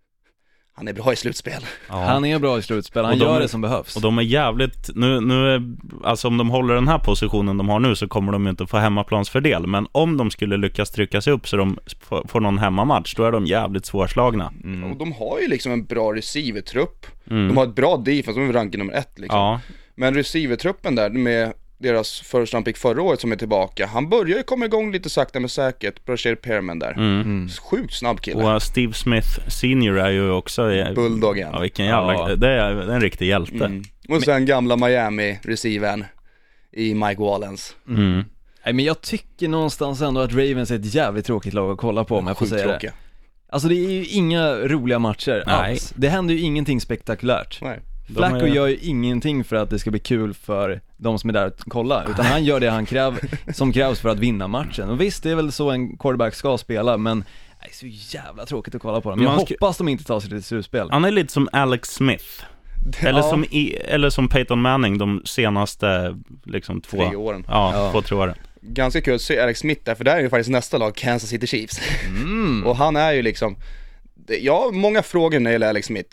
han är bra i slutspel. Ja. Han är bra i slutspel, han de, gör det som behövs. Och de är jävligt, nu, nu är, alltså om de håller den här positionen de har nu så kommer de inte få hemmaplansfördel. Men om de skulle lyckas trycka sig upp så de får, får någon hemmamatch, då är de jävligt svårslagna. Mm. Och de har ju liksom en bra receiver-trupp. Mm. De har ett bra defense, de är ranken nummer ett liksom. Ja. Men receiver-truppen där med deras first round pick förra året som är tillbaka, han börjar ju komma igång lite sakta men säkert. Brashear Perriman där. Mm. Sjukt snabb kille. Och Steve Smith senior är ju också Bulldoggen. Ja, vilken jävla, ja. Det är en riktig hjälte. Mm. Och sen gamla Miami-receivern i Mike Wallace. Mm. Nej, men jag tycker någonstans ändå att Ravens är ett jävligt tråkigt lag att kolla på, om jag får säga tråkiga. det. Alltså det är ju inga roliga matcher alls. Det händer ju ingenting spektakulärt. Nej. Flacco är... gör ju ingenting för att det ska bli kul för de som är där att kolla, utan han gör det han kräv, som krävs för att vinna matchen. Och visst, det är väl så en quarterback ska spela, men det är så jävla tråkigt att kolla på dem. Jag Man sk- hoppas de inte tar sig till slutspel. Han är lite som Alex Smith. Eller, Ja. som i, eller som Peyton Manning de senaste liksom, två, Tre åren. Ja, Ja. två, tre åren. Ganska kul att se Alex Smith där, för där är ju faktiskt nästa lag Kansas City Chiefs. Mm. Och han är ju liksom, det- jag har många frågor när det gäller Alex Smith.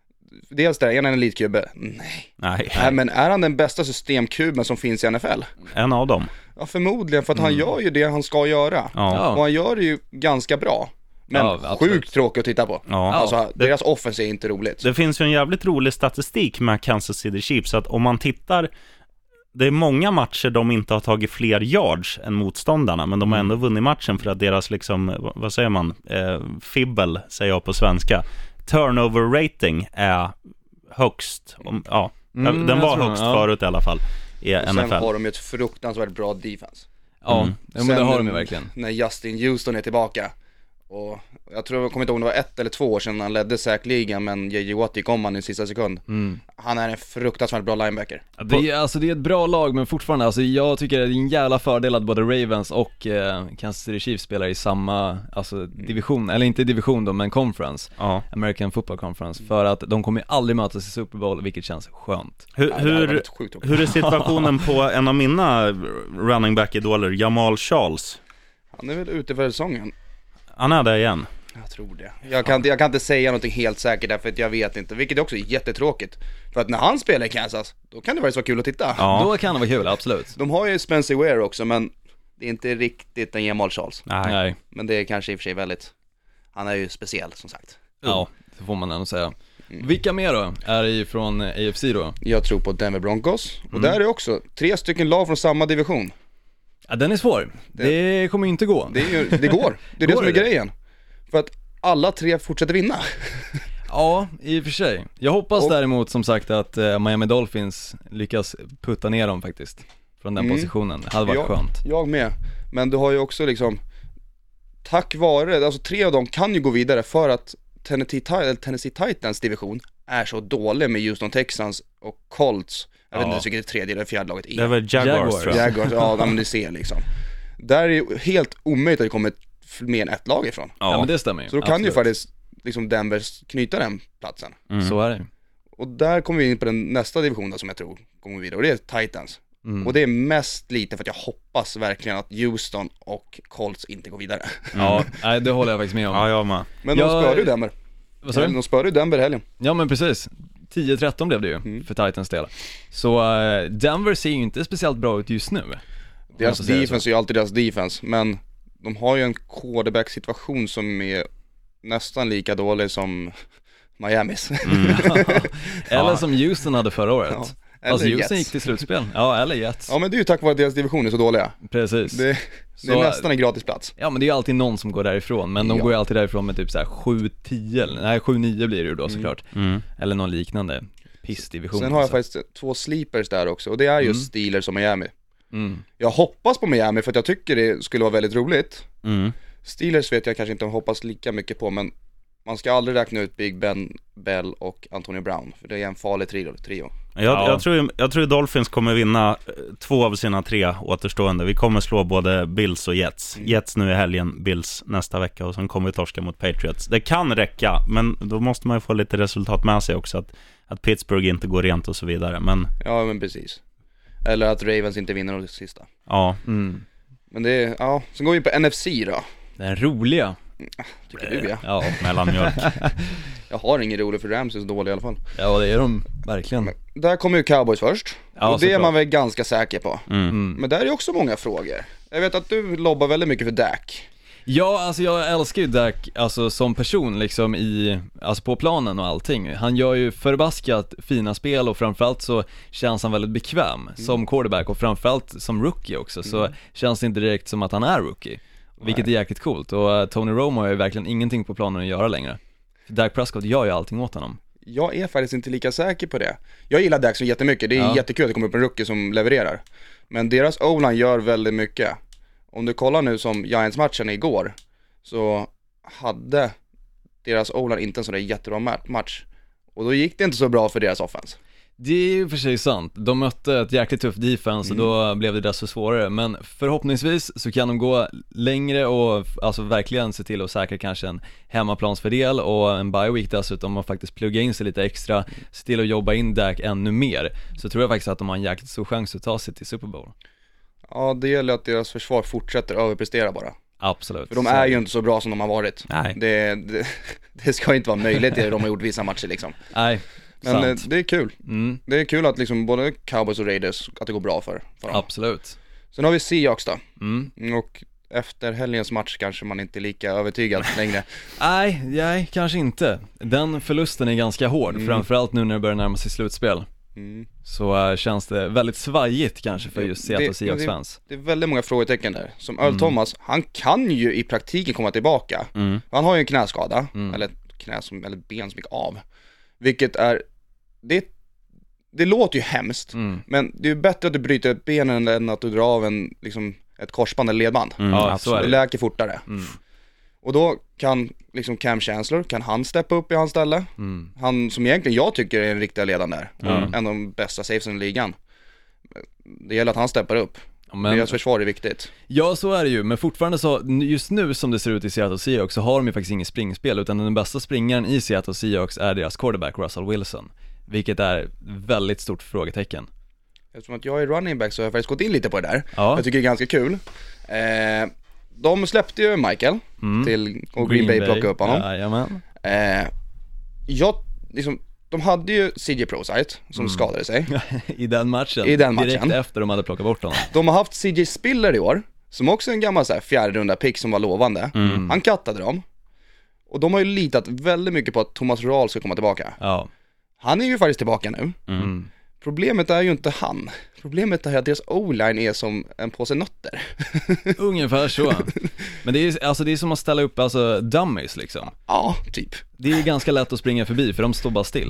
Dels där, är han en elitkubbe? Nej. Nej, Nej, men är han den bästa systemkuben som finns i N F L? en av dem. Ja, förmodligen, för att han gör ju det han ska göra. Ja. Ja. Och han gör det ju ganska bra. Men Ja, absolut. sjukt tråkigt att titta på. Ja. Alltså, Det- deras offense är inte roligt. Det finns ju en jävligt rolig statistik med Kansas City Chiefs, så att om man tittar, det är många matcher de inte har tagit fler yards än motståndarna, men de har ändå vunnit matchen för att deras liksom, vad- vad säger man, eh, fibbel säger jag på svenska, turnover rating är högst, om, ja, Mm, den jag var tror högst det, ja. förut i alla fall i Och N F sen L. har de ju ett fruktansvärt bra defense. Ja, Mm. ja men det Sen har de ju verkligen. När Justin Houston är tillbaka. Och jag tror, jag kommer inte ihåg om det var ett eller två år sedan han ledde säkerligen, men J J Watt gick om han i sista sekund. Mm. Han är en fruktansvärt bra linebacker. Ja, det, är, alltså, det är ett bra lag, men fortfarande, alltså, jag tycker det är en jävla fördel att både Ravens och eh, Kansas City Chiefs spelar i samma alltså, division, eller inte division då, men conference, Ja. American Football Conference, för att de kommer aldrig mötas i Super Bowl, vilket känns skönt. Hur, Ja, det hade hur, varit sjukt tråkigt. hur är situationen på en av mina running back-idoler, Jamal Charles? Han är väl ute för säsongen. Han är där igen. Jag tror det. Jag kan, inte, jag kan inte säga någonting helt säkert därför att jag vet inte, vilket också är jättetråkigt. För att när han spelar i Kansas, då kan det faktiskt vara kul att titta. Ja. Då kan det vara kul, absolut. De har ju Spencer Ware också, men det är inte riktigt en Jamal Charles. Nej. Nej, Men det är kanske i och för sig väldigt, han är ju speciell som sagt. ja, det får man ändå säga. Vilka mer då är ifrån A F C då? Jag tror på Denver Broncos, och där är också tre stycken lag från samma division. Ja, den är svår. Det kommer ju inte gå. Det, är ju, det går, det är det Går som är det? grejen. För att alla tre fortsätter vinna. Ja, i och för sig. Jag hoppas Och- däremot som sagt att eh, Miami Dolphins lyckas putta ner dem faktiskt från den Mm. positionen. Det hade varit jag, skönt. jag med. Men du har ju också liksom, tack vare, alltså tre av dem kan ju gå vidare för att Tennessee, Ti- Tennessee Titans division är så dålig med Houston Texans och Colts. Jag vet Ja. inte vilket det tredje eller fjärde laget är. Det är väl Jaguars, Jaguars. tror jag. Jaguars, ja men du ser liksom. Där är ju helt omöjligt att det kommer ett- mer än ett lag ifrån. Ja, Ja. men det stämmer ju. Så då kan ju Absolut. faktiskt liksom Denver knyta den platsen. Mm. Så är det. Och där kommer vi in på den nästa divisionen som jag tror kommer vidare, och det är Titans. Mm. Och det är mest lite för att jag hoppas verkligen att Houston och Colts inte går vidare. Ja, nej, det håller jag faktiskt med om. Ja, jag med. Men Jag- de spörde ju Denver. Vad sa du? De spörde ju Denver i helgen. Ja men precis, tio tretton blev det ju Mm. för Titans del. Så eh, Denver ser ju inte speciellt bra ut just nu. Deras får säga defense är ju alltid deras defense, men de har ju en quarterback-situation som är nästan lika dålig som Miamis. Eller Ja. som Houston hade förra året. Ja, eller Alltså Houston Jets. gick till slutspel. Ja, eller Jets. Ja men det är ju tack vare att deras division är så dåliga. Precis. Det, det Så- är nästan en gratis plats. Ja men det är ju alltid någon som går därifrån, men de Ja. går ju alltid därifrån med typ såhär sju tio, eller- nej sju nio blir det ju då såklart. Mm. Eller någon liknande pissdivision. Sen har jag alltså. faktiskt två sleepers där också, och det är just Steelers och Miami. Mm. Jag hoppas på Miami för att jag tycker det skulle vara väldigt roligt. Mm. Steelers vet jag kanske inte hoppas lika mycket på, men man ska aldrig räkna ut Big Ben, Bell och Antonio Brown, för det är en farlig trio. trio. Jag, Ja. jag, tror, ju- jag tror Dolphins kommer vinna eh, två av sina tre återstående. Vi kommer slå både Bills och Jets. Mm. Jets nu i helgen, Bills nästa vecka, och sen kommer vi torska mot Patriots. Det kan räcka, men då måste man ju få lite resultat med sig också, att, att Pittsburgh inte går rent och så vidare. Men Ja men precis. Eller att Ravens inte vinner det sista. ja, Mm. Men det är, ja, sen går vi in på N F C då. Den roliga. Tycker du ja. Ja, mellanmjölk. Jag har ingen rolig för Rams är så dåliga i alla fall. ja det är de verkligen. Men där kommer ju Cowboys först. Ja, och det är såklart. man väl ganska säker på. Mm. Mm. Men där är också många frågor. Jag vet att du lobbar väldigt mycket för Dak. Ja, alltså jag älskar ju Dak, alltså som person liksom i, alltså på planen och allting. Han gör ju förbaskat fina spel och framförallt så känns han väldigt bekväm Mm. som quarterback och framförallt som rookie också, så känns det inte direkt som att han är rookie. Vilket är jäkligt coolt, och uh, Tony Romo har ju verkligen ingenting på planen att göra längre. Dak Prescott gör ju allting åt honom. Jag är faktiskt inte lika säker på det. Jag gillar Dak så jättemycket, det är Ja. jättekul att det kommer upp en rookie som levererar. Men deras O-line gör väldigt mycket. Om du kollar nu som Giants-matchen igår, så hade deras O-line inte en sån där jättebra ma- match. Och då gick det inte så bra för deras offense. Det är ju för sig sant. De mötte ett jäkligt tufft defense och då blev det desto svårare. Men förhoppningsvis så kan de gå längre och alltså verkligen se till att säkra kanske en hemmaplansfördel och en bye week dessutom och faktiskt plugga in sig lite extra, se till att jobba in Dak ännu mer. Så tror jag faktiskt att de har en jäkligt stor chans att ta sig till Super Bowl. Ja, det gäller att deras försvar fortsätter överprestera bara. Absolut. För de är ju inte så bra som de har varit. Nej. Det, det, det ska inte vara möjligt det de har gjort vissa matcher liksom. Nej. Men Sant. det är kul. Mm. Det är kul att liksom både Cowboys och Raiders, att det går bra för, för dem. Absolut. Sen har vi Seahawks då. Mm. Och efter helgens match kanske man inte är lika övertygad längre. Nej, nej, kanske inte. Den förlusten är ganska hård, mm. framförallt nu när det börjar närma sig slutspel. Mm. Så uh, känns det väldigt svajigt kanske för just Seattle Seahawks-fans. Det, det är väldigt många frågetecken där. Som Earl mm. Thomas, han kan ju i praktiken komma tillbaka. Mm. Han har ju en knäskada, Mm. eller knä som, eller ben som gick av. Vilket är, det, det låter ju hemskt, Mm. men det är ju bättre att du bryter ett ben än att du drar av en, liksom, ett korsband eller ledband. Mm, Ja, så är Det det. läker fortare. Mm. Och då kan liksom Cam Chancellor, kan han steppa upp i hans ställe? Mm. Han som egentligen jag tycker är en riktig ledare där. Mm. En av de bästa safesen i ligan. Det gäller att han steppar upp. Ja, men, Deras försvar är viktigt. ja, så är det ju, men fortfarande så, just nu som det ser ut i Seattle Seahawks så har de ju faktiskt inget springspel, utan den bästa springaren i Seattle Seahawks är deras quarterback Russell Wilson, vilket är ett väldigt stort frågetecken. Eftersom att jag är running back så har jag faktiskt gått in lite på det där. Ja. Jag tycker det är ganska kul. Eh, de släppte ju Michael Mm. till, och Green, Bay plockade upp honom. Jajamän. Eh, jag, liksom, de hade ju C J Prosite som Mm. skadade sig. I den matchen, I den direkt matchen. efter de hade plockat bort honom. De har haft C J Spiller i år, som också är en gammal så här, fjärde runda pick som var lovande. Mm. Han kattade dem. Och de har ju litat väldigt mycket på att Thomas Rawls ska komma tillbaka. Ja. Han är ju faktiskt tillbaka nu. Mm. Problemet är ju inte han. Problemet är att deras O-line är som en påse nötter. Ungefär så. Men det är, alltså, det är som att ställa upp alltså, dummies liksom. Ja, typ. Det är ganska lätt att springa förbi för de står bara still.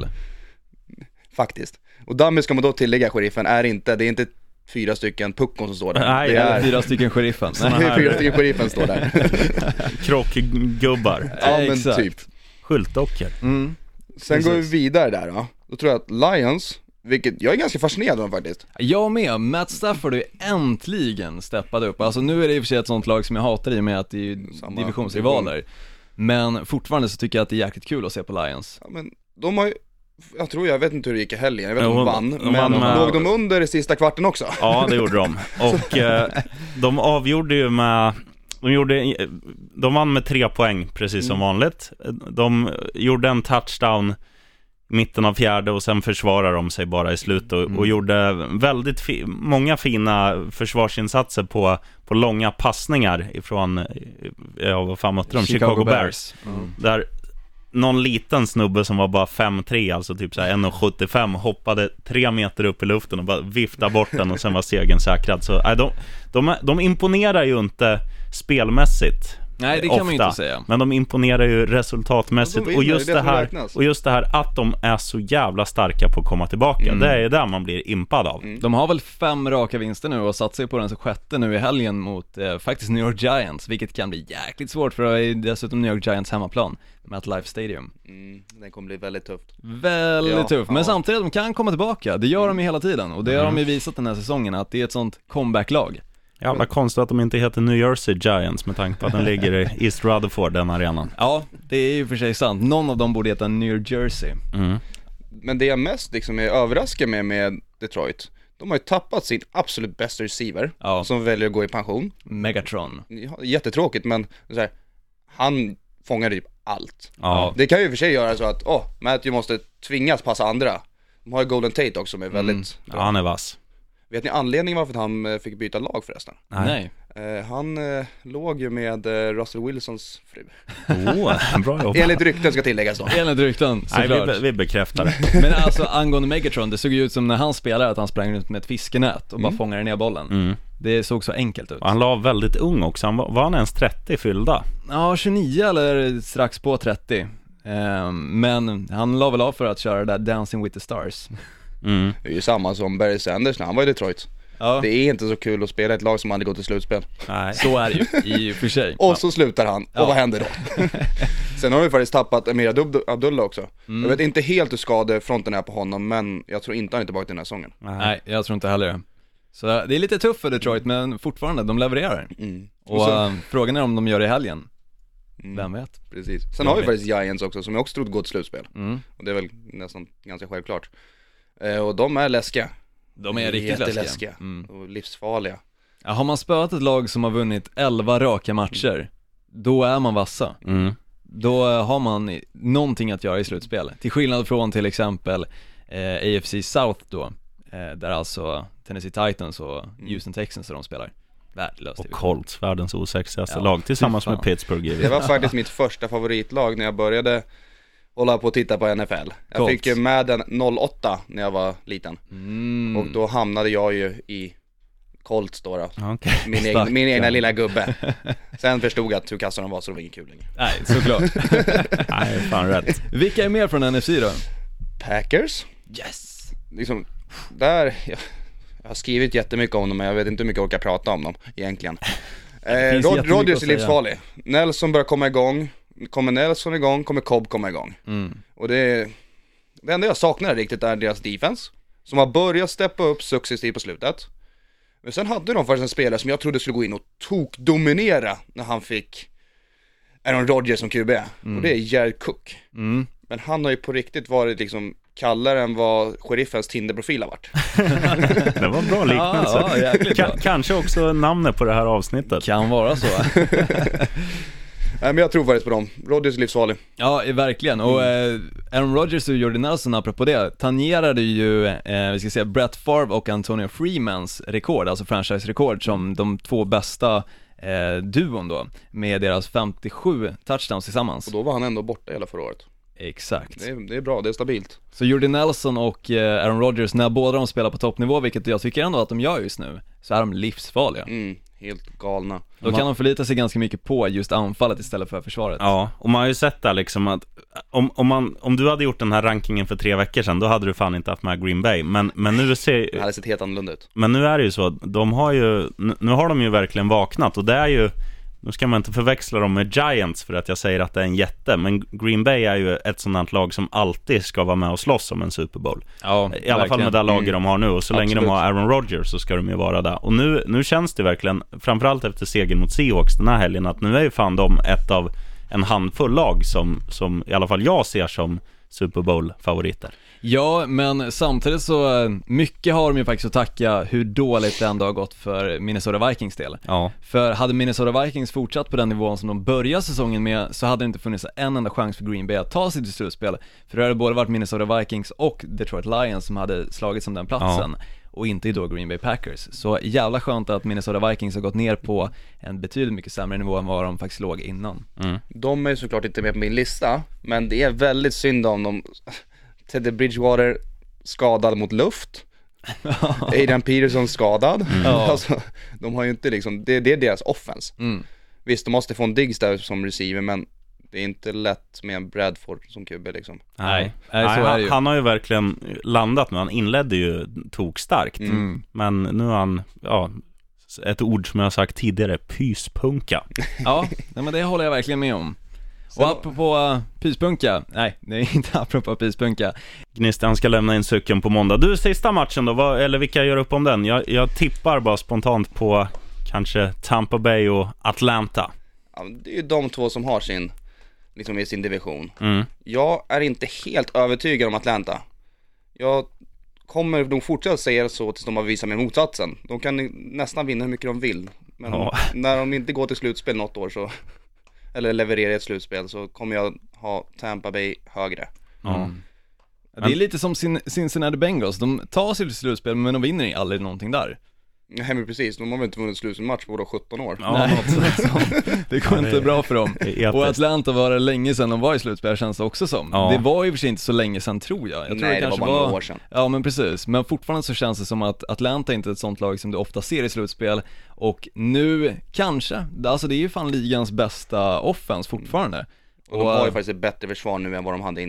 Faktiskt. Och dummy ska man då tillägga, sheriffen, är inte, det är inte fyra stycken puckon som står där. Nej, det är Fyra stycken sheriffen. Såna det är här- fyra stycken sheriffen står där. Krockgubbar. Ja, men Exakt. typ. Skyltdockor. Mm. Sen går vi Precis. vidare där då. Då tror jag att Lions, vilket jag är ganska fascinerad av faktiskt. Jag med, Matt Stafford är ju äntligen steppad upp. Alltså nu är det i och för sig ett sånt lag som jag hatar i och med att det är ju Samma divisionsrivaler. Men fortfarande så tycker jag att det är jäkligt kul att se på Lions. Ja, men de har ju, jag tror, jag vet inte hur det gick i helgen, jag vet att Jo, de vann, de men vann med- låg de under i sista kvarten också? Ja, det gjorde de. Och eh, de avgjorde ju med... De, gjorde, de vann med tre poäng, precis som vanligt. De gjorde en touchdown i mitten av fjärde och sen försvarade de sig bara i slut och, Mm. och gjorde väldigt fi, många fina försvarsinsatser på, på långa passningar ifrån, ja, vad fan mötte de? Chicago, Bears. Mm. Där någon liten snubbe som var bara fem tre, alltså typ så här en komma sjuttiofem, hoppade tre meter upp i luften och bara viftade bort den och sen var segern säkrad. Så nej, de, de, de imponerar ju inte spelmässigt. Nej, det kan man ju ofta, inte säga. men de imponerar ju resultatmässigt. Och de vinner, och, just det är det det som här, räknas. och just det här att de är så jävla starka på att komma tillbaka. Mm. Det är ju där man blir impad av. Mm. De har väl fem raka vinster nu och satt sig på den sjätte nu i helgen mot eh, faktiskt New York Giants, vilket kan bli jäkligt svårt för det är dessutom New York Giants hemmaplan, MetLife Stadium. Mm, det kommer bli väldigt tufft. Väldigt Ja, tufft, men ja. samtidigt de kan komma tillbaka, det gör de ju hela tiden och det har de ju visat den här säsongen att det är ett sånt comeback-lag. Jävla konstigt att de inte heter New Jersey Giants med tanke på att den ligger i East Rutherford, den arenan. Ja, det är ju för sig sant, någon av dem borde heta New Jersey. Mm. Men det jag mest liksom är överraskad med med Detroit, de har ju tappat sin absolut bästa receiver, Ja. som väljer att gå i pension. Megatron. Ja, jättetråkigt, men så här, han fångar typ allt. Ja. Det kan ju för sig göra så att, åh, Matthew måste tvingas passa andra. De har ju Golden Tate också som är väldigt Ja, bra. han är vass. Vet ni anledningen varför han eh, fick byta lag förresten? Nej. Eh, han eh, låg ju med eh, Russell Wilsons fru. Oh, bra jobb. Enligt rykten ska tilläggas då. Enligt rykten, Nej, såklart. vi, vi bekräftar det. Men alltså angående Megatron, det såg ju ut som när han spelade att han sprang runt med ett fiskenät och bara fångade ner bollen. Mm. Det såg så enkelt ut. Och han la väldigt ung också. Han var, var han ens trettio fyllda? Ja, tjugonio eller strax på trettio. Ehm, men han la väl av för att köra det där Dancing with the Stars. Mm. Det är ju samma som Barry Sanders när han var i Detroit. Ja. Det är inte så kul att spela ett lag som aldrig går till slutspel. Nej. Så är det ju, i och för sig. Och så slutar han, och Ja. vad händer då? Sen har vi faktiskt tappat Emir Abdul- Abdullah också. Mm. Jag vet inte helt hur skadefronten är på honom, men jag tror inte han är tillbaka till den här säsongen. Nej, jag tror inte heller det. Så det är lite tufft för Detroit, men fortfarande, de levererar. Mm. Och, så- äh, frågan är om de gör det i helgen. Mm. Vem vet? Precis. Sen Jag har vi vet. faktiskt Giants också, som jag också trodde går till slutspel. Mm. Och det är väl nästan ganska självklart. Eh, och de är läskiga. De är riktigt Jätteläskiga. läskiga. Mm. Och livsfarliga. Ja, har man spöat ett lag som har vunnit elva raka matcher, då är man vassa. Mm. Då har man i- någonting att göra i slutspel. Till skillnad från till exempel eh, A F C South då, eh, där alltså Tennessee Titans och Houston Texans de spelar. Värdelöst. Och Colts, världens osexigaste Ja, lag, tillsammans fy fan. med Pittsburgh. Det var faktiskt mitt första favoritlag när jag började hålla på och titta på N F L. Jag Colts. fick ju Madden noll åtta när jag var liten. Mm. Och då hamnade jag ju i Colts då, då. Okej. Min, egen, Stackarn. min egna lilla gubbe. Sen förstod jag att hur kassa de var, så det var ingen kul längre. Nej, såklart. Nej, fan rätt. Vilka är mer från N F C då? Packers, Yes! liksom, där, jag, jag har skrivit jättemycket om dem, men jag vet inte hur mycket jag orkar prata om dem egentligen. Eh, finns Rod, jättemycket Rodgers att är säga. livsfarlig. Nelson börjar komma igång. Kommer Nelson igång, kommer Cobb komma igång. Mm. Och det, det enda jag saknar riktigt är deras defense, som har börjat steppa upp successivt på slutet. Men sen hade de faktiskt en spelare som jag trodde skulle gå in och tokdominera när han fick Aaron Rodgers som Q B. Och det är Jared Cook. Mm. Men han har ju på riktigt varit liksom kallare än vad sheriffens Tinder-profil har varit. Det var en bra liknelse. Ja, ja, jäkligt bra. Ka- kanske också namnet på det här avsnittet. Kan vara så. Nej, men jag tror faktiskt på dem. Rodgers är livsfarlig. Ja, verkligen. Och eh, Aaron Rodgers och Jordy Nelson, apropå det, tangerade ju, eh, vi ska säga, Brett Favre och Antonio Freemans rekord, alltså franchise-rekord, som de två bästa eh, duon då, med deras femtiosju touchdowns tillsammans. Och då var han ändå borta hela förra året. Exakt. Det är, det är bra, det är stabilt. Så Jordy Nelson och eh, Aaron Rodgers, när båda de spelar på toppnivå, vilket jag tycker ändå att de gör just nu, så är de livsfarliga. Mm, helt galna. Då kan de förlita sig ganska mycket på just anfallet istället för försvaret. Ja, och man har ju sett där liksom att om, om, man, om du hade gjort den här rankingen för tre veckor sedan, då hade du fan inte haft med Green Bay. Men, men, nu, Det ser, hade sett helt annorlunda ut. men nu är det ju så, de har ju, nu har de ju verkligen vaknat. Och det är ju, nu ska man inte förväxla dem med Giants för att jag säger att det är en jätte. Men Green Bay är ju ett sådant lag som alltid ska vara med och slåss om en Super Bowl. Ja, I alla fall med det laget Mm. de har nu. Och så länge de Absolut. har Aaron Rodgers så ska de ju vara där. Och nu, nu känns det verkligen, framförallt efter segern mot Seahawks den här helgen, att nu är ju fan de ett av en handfull lag som, som i alla fall jag ser som Super Bowl-favoriter. Ja, men samtidigt så, eh, mycket har de ju faktiskt att tacka hur dåligt det ändå har gått för Minnesota Vikings del. Ja. För hade Minnesota Vikings fortsatt på den nivån som de började säsongen med, så hade det inte funnits en enda chans för Green Bay att ta sig till slutspel. För det hade både varit Minnesota Vikings och Detroit Lions som hade slagits om den platsen, och inte då Green Bay Packers. Så jävla skönt att Minnesota Vikings har gått ner på en betydligt mycket sämre nivå än vad de faktiskt låg innan. Mm. De är såklart inte med på min lista, men det är väldigt synd om dem. Teddy Bridgewater skadad mot luft. Adrian Peterson skadad. Ja. Alltså, de har ju inte liksom, det, det är deras offense. Mm. Visst, de måste få en Diggs där som receiver, men det är inte lätt med en Bradford som Q B liksom. Nej, Nej, nej, så är det han, ju. han har ju verkligen landat nu. Han inledde ju tok starkt. Mm. Men nu har han, ja, ett ord som jag har sagt tidigare, pyspunka. Ja, nej, men det håller jag verkligen med om. Och apropå uh, pyspunka, nej, det är inte apropå pyspunka. Gnistan ska lämna in cykeln på måndag. Du, sista matchen då, vad, eller vilka gör upp om den? Jag, jag tippar bara spontant på kanske Tampa Bay och Atlanta. Ja, men det är ju de två som har sin, liksom i sin division. Mm. Jag är inte helt övertygad om Atlanta. Jag kommer nog fortsätta säga så tills de har visat mig motsatsen. De kan nästan vinna hur mycket de vill. Men Ja. när de inte går till slutspel något år så, eller levererar ett slutspel, så kommer jag ha Tampa Bay högre. Ja. Det är lite som Cin- Cincinnati Bengals, de tar sig till slutspel men de vinner aldrig någonting där. Nej, men precis, de har väl inte vunnit slutspelmatch på då sjutton år. Ja, Nej, något sånt. det går inte bra för dem. Det är Och episkt. Atlanta var det länge sedan de var i slutspel, känns det också som. Ja. Det var ju för sig inte så länge sedan, tror jag. jag tror Nej, det, kanske var bara några år sedan. Ja, men precis. Men fortfarande så känns det som att Atlanta inte är ett sånt lag som du ofta ser i slutspel. Och nu, kanske, alltså det är ju fan ligans bästa offense fortfarande. Och de har ju faktiskt ett bättre försvar nu än vad de hade innan.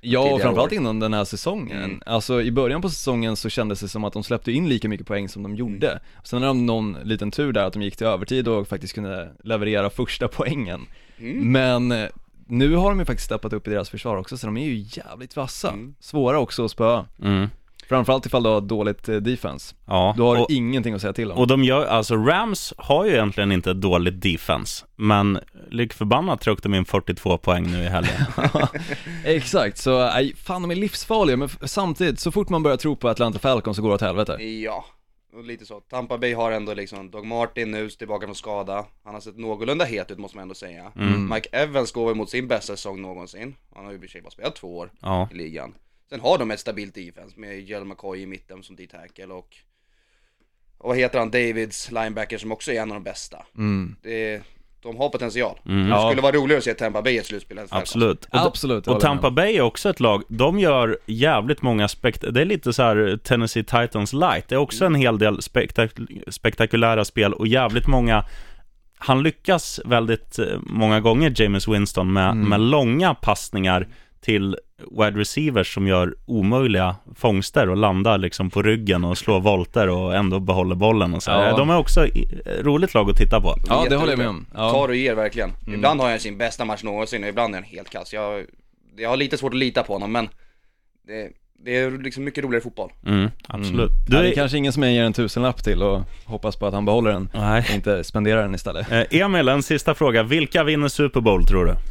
Ja, och tidigare framförallt år. innan den här säsongen. Mm. Alltså i början på säsongen så kändes det som att de släppte in lika mycket poäng som de gjorde. Mm. Sen hade de någon liten tur där att de gick till övertid och faktiskt kunde leverera första poängen. Mm. Men eh, nu har de ju faktiskt steppat upp i deras försvar också, så de är ju jävligt vassa. Mm. Svåra också att spöa. Mm. Framförallt ifall du har dåligt eh, defense. Ja, Då har och, du ingenting att säga till om. och de gör, alltså Rams har ju egentligen inte ett dåligt defense, men lik förbannat tryckte de in fyrtiotvå poäng nu i helgen. Exakt, så aj, fan de är livsfarliga, men f- samtidigt så fort man börjar tro på Atlanta Falcons så går det åt helvete. Ja, och lite så. Tampa Bay har ändå liksom Doug Martin nu tillbaka från skada. Han har sett någorlunda het ut måste man ändå säga. Mm. Mike Evans går väl mot sin bästa säsong någonsin. Han har ju i och för sig bara spelat två år Ja. i ligan. Sen har de ett stabilt defense med Gerald McCoy i mitten som D-tackle och, och vad heter han, Davids linebacker som också är en av de bästa. Mm. Det, de har potential. Mm. Det Ja. skulle vara roligare att se Tampa Bay i ett slutspel än Falcons. Absolut. Och, Absolut, jag och håller Tampa med. Bay är också ett lag, de gör jävligt många spekt... Det är lite så här Tennessee Titans light. Det är också en hel del spektak- spektakulära spel och jävligt många... Han lyckas väldigt eh, många gånger, Jameis Winston, med, Mm. med långa passningar till wide receivers som gör omöjliga fångster och landar liksom på ryggen och slår volter och ändå behåller bollen och så. Ja. De är också i, roligt lag att titta på. Ja, det håller jag med om. Ja. Tar och ger verkligen. Mm. Ibland har han sin bästa match någonsin och ibland är han helt kass. Jag, jag har lite svårt att lita på honom, men det, det är liksom mycket roligare fotboll. Mm, absolut. Mm. Du Ja, det är, är kanske ingen som jag ger en tusenlapp till och hoppas på att han behåller den nej. och inte spenderar den istället. Eh, Emil, en sista fråga. Vilka vinner Super Bowl, tror du?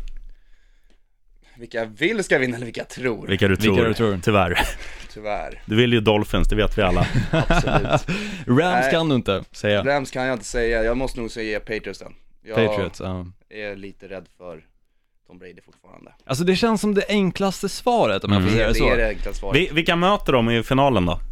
Vilka jag vill ska vinna eller vilka jag tror, Vilka du tror, Vilka du tror. tyvärr. tyvärr. Du vill ju Dolphins, det vet vi alla. Absolut. Rams Nej. kan du inte säga. Rams kan jag inte säga, jag måste nog säga Patriots den. Jag Patriots, ja. är lite rädd för Tom Brady fortfarande. Alltså det känns som det enklaste svaret om jag får Mm. säga det Det så. är det enkla svaret. Vi, vilka möter de i finalen då?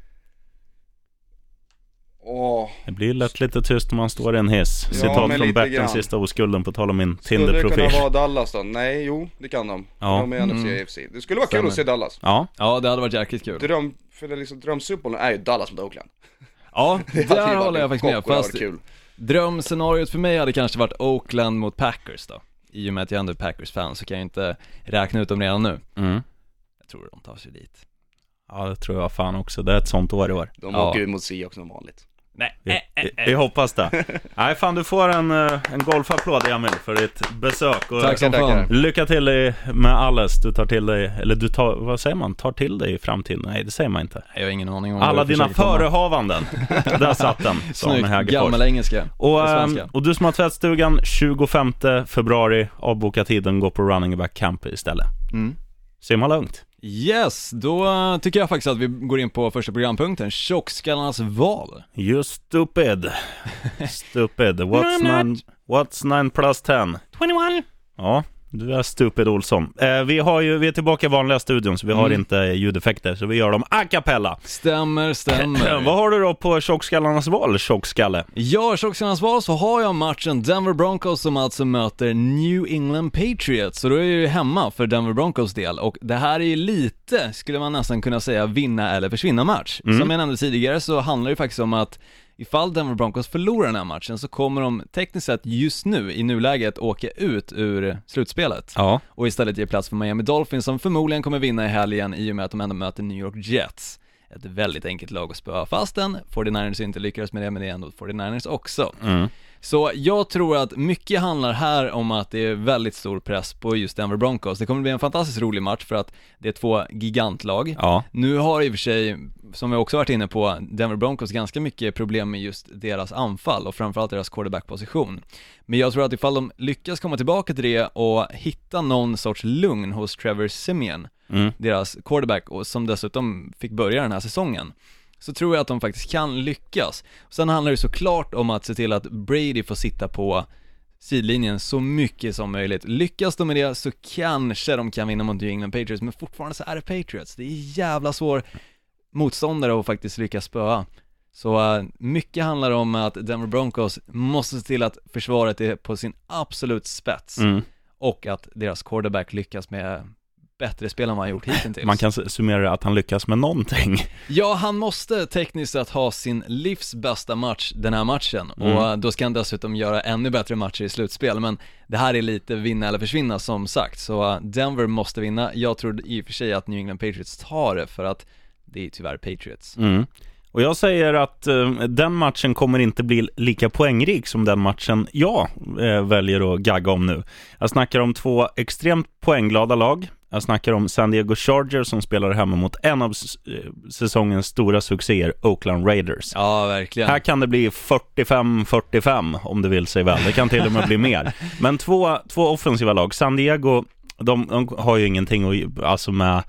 Åh, Det blir lätt lite tyst om man står i en hiss. Ja, Citat men från lite Bertens grann. sista oskulden på tal om min skulle det Tinder-profil. kunna vara Dallas då? Nej, jo, det kan de. Ja. De är N F C Mm. A F C. Det skulle vara kul Stämmer. att se Dallas. Ja, Ja, det hade varit jäkligt kul. Dröm, för det liksom, dröm Super Bowl är ju Dallas mot Oakland. Ja, Det hade ju där varit håller jag en faktiskt med. chock och det hade Fast varit kul. drömscenariot för mig hade kanske varit Oakland mot Packers då. I och med att jag ändå är Packers-fan så kan jag inte räkna ut dem redan nu. mm. Jag tror de tar sig dit. Ja, det tror jag fan också. Det är ett sånt år i år. De Ja. åker ut mot Seahawks som vanligt. Nej, Vi, vi, vi hoppas det. Nej fan, du får en, eh, en golfapplåd, Emil, för ditt besök. Och tack som tackar. fan. lycka till dig med alles. Du tar till dig, eller du tar, vad säger man? Tar till dig i framtiden? Nej, det säger man inte. Jag har ingen aning om Alla vad du dina försöker komma. förehavanden. Där satt den, sa med Snyggt, Hägerfors. gammal engelska. Och, På ehm, svenska. och du som har tvättstugan, tjugofemte februari, avboka tiden, gå på running back camp istället. Mm. Simma lugnt. Yes, då uh, tycker jag faktiskt att vi går in på första programpunkten, tjockskallarnas val. You stupid. Stupid. What's nine, what's nine plus ten? tjugoett. Ja, du är stupid Olsson. Eh, vi, har ju, vi är tillbaka i vanliga studion, så vi har Mm. inte ljudeffekter, så vi gör dem a cappella. Stämmer, stämmer. Vad har du då på tjockskallarnas val, tjockskalle? Ja, tjockskallarnas val så har jag matchen Denver Broncos som alltså möter New England Patriots. Så då är jag ju hemma för Denver Broncos del. Och det här är ju lite, skulle man nästan kunna säga, vinna eller försvinna match. Mm. Som jag nämnde tidigare så handlar det faktiskt om att ifall Denver Broncos förlorar den här matchen så kommer de tekniskt sett just nu, i nuläget, åka ut ur slutspelet. Ja. Och istället ge plats för Miami Dolphins som förmodligen kommer vinna i helgen i och med att de ändå möter New York Jets. Ett väldigt enkelt lag att spöa, fastän fyrtionioners inte lyckades med det, men det är ändå fyrtionioners också. Mm. Så jag tror att mycket handlar här om att det är väldigt stor press på just Denver Broncos. Det kommer bli en fantastiskt rolig match för att det är två gigantlag. Ja. Nu har i och för sig, som vi också varit inne på, Denver Broncos ganska mycket problem med just deras anfall och framförallt deras quarterback-position. Men jag tror att ifall de lyckas komma tillbaka till det och hitta någon sorts lugn hos Trevor Siemian, Mm. deras quarterback, och som dessutom fick börja den här säsongen, så tror jag att de faktiskt kan lyckas. Sen handlar det såklart om att se till att Brady får sitta på sidlinjen så mycket som möjligt. Lyckas de med det så kanske de kan vinna mot New England Patriots, men fortfarande så är det Patriots. Det är jävla svår motståndare att faktiskt lyckas spöa. Så uh, mycket handlar om att Denver Broncos måste se till att försvaret är på sin absolut spets. Mm. Och att deras quarterback lyckas med bättre spel än vad han gjort hittills. Man kan summera att han lyckas med någonting. Ja, han måste tekniskt sett ha sin livs bästa match den här matchen. Mm. Och då ska han dessutom göra ännu bättre matcher i slutspel. Men det här är lite vinna eller försvinna som sagt. Så Denver måste vinna. Jag tror i och för sig att New England Patriots tar det, för att det är tyvärr Patriots. Mm. Och jag säger att uh, den matchen kommer inte bli lika poängrik som den matchen jag uh, väljer att gagga om nu. Jag snackar om två extremt poängglada lag. Jag snackar om San Diego Chargers som spelar hemma mot en av s- säsongens stora succéer, Oakland Raiders. Ja, verkligen. Här kan det bli fyrtiofem fyrtiofem om det vill sig väl. Det kan till och med bli mer. Men två, två offensiva lag. San Diego, de, de har ju ingenting att, alltså med...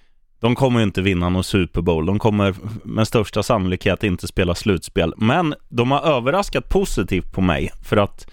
De kommer ju inte vinna någon Super Bowl. De kommer med största sannolikhet inte spela slutspel. Men de har överraskat positivt på mig, för att